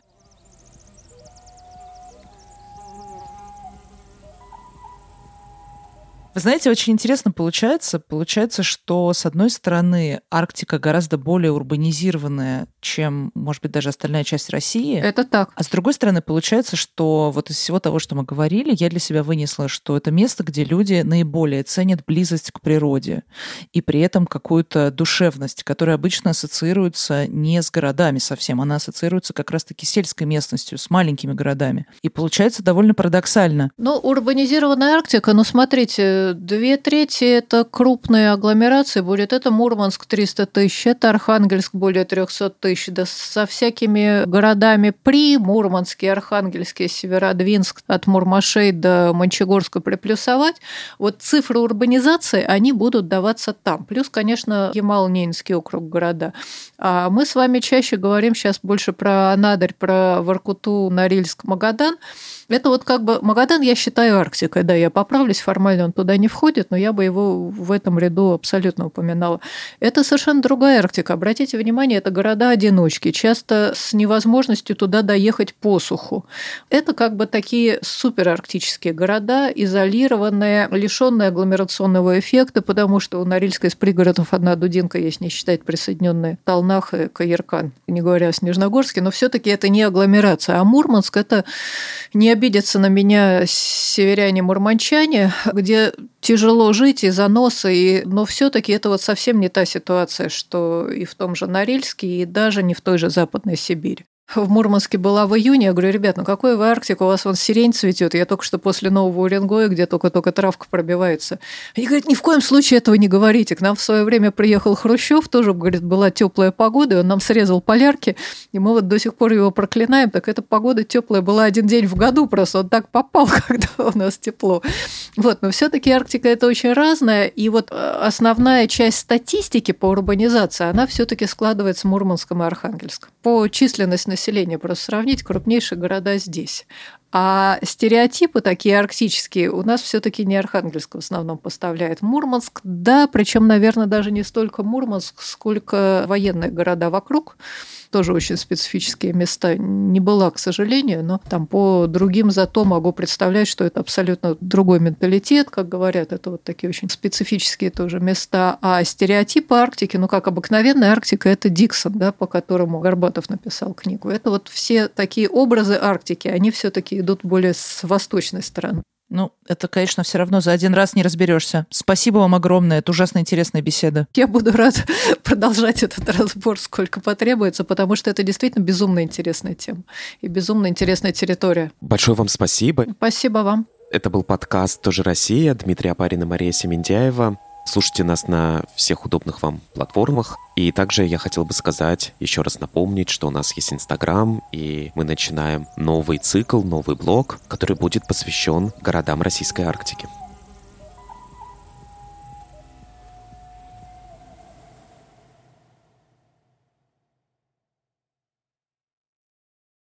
Вы знаете, очень интересно получается. Получается, что, с одной стороны, Арктика гораздо более урбанизированная, чем, может быть, даже остальная часть России. Это так. А с другой стороны, получается, что вот из всего того, что мы говорили, я для себя вынесла, что это место, где люди наиболее ценят близость к природе и при этом какую-то душевность, которая обычно ассоциируется не с городами совсем, она ассоциируется как раз-таки с сельской местностью, с маленькими городами. И получается довольно парадоксально. Ну, урбанизированная Арктика, смотрите, 2/3 это крупные агломерации будет. Это Мурманск 300 тысяч, это Архангельск более 300 тысяч. Да со всякими городами при Мурманске, Архангельске, Северодвинск, от Мурмашей до Мончегорска приплюсовать. Вот цифры урбанизации, они будут даваться там. Плюс, конечно, Ямал-Ненецкий округ города. А мы с вами чаще говорим сейчас больше про Анадырь, про Воркуту, Норильск, Магадан. Это вот как бы Магадан я считаю Арктикой, да, я поправлюсь, формально он туда не входит, но я бы его в этом ряду абсолютно упоминала. Это совершенно другая Арктика. Обратите внимание, это города-одиночки, часто с невозможностью туда доехать по суху. Это как бы такие суперарктические города, изолированные, лишенные агломерационного эффекта, потому что у Норильска из пригородов одна дудинка есть, не считать присоединенные Талнах и Каиркан, не говоря о Снежногорске, но все-таки это не агломерация. А Мурманск – это не обидятся на меня северяне-мурманчане, где тяжело жить и заносы, но все-таки это вот совсем не та ситуация, что и в том же Норильске, и даже не в той же Западной Сибири. В Мурманске была в июне, я говорю, ребят, какой вы Арктика, у вас вон сирень цветет, я только что после Нового Уренгоя, где только-только травка пробивается. Они говорят, ни в коем случае этого не говорите. К нам в свое время приехал Хрущев, тоже, говорит, была теплая погода, и он нам срезал полярки, и мы вот до сих пор его проклинаем, так эта погода теплая была один день в году, просто он так попал, когда у нас тепло. Вот, но все-таки Арктика это очень разная, и вот основная часть статистики по урбанизации, она все-таки складывается в Мурманском и Архангельском. По численности населения просто сравнить крупнейшие города здесь. А стереотипы такие арктические у нас все-таки не Архангельск в основном поставляет. Мурманск, да, причем, наверное, даже не столько Мурманск, сколько военные города вокруг. Тоже очень специфические места. Не была, к сожалению, но там по другим зато могу представлять, что это абсолютно другой менталитет, как говорят. Это вот такие очень специфические тоже места. А стереотипы Арктики, как обыкновенная Арктика, это Диксон, да, по которому Горбатов написал книгу. Это вот все такие образы Арктики, они все-таки идут более с восточной стороны. Это, конечно, все равно за один раз не разберешься. Спасибо вам огромное. Это ужасно интересная беседа. Я буду рада продолжать этот разбор, сколько потребуется, потому что это действительно безумно интересная тема и безумно интересная территория. Большое вам спасибо. Спасибо вам. Это был подкаст «Тоже Россия». Дмитрий Опарин и Мария Семендяева. Слушайте нас на всех удобных вам платформах. И также я хотел бы сказать, еще раз напомнить, что у нас есть Инстаграм, и мы начинаем новый цикл, новый блог, который будет посвящен городам российской Арктики.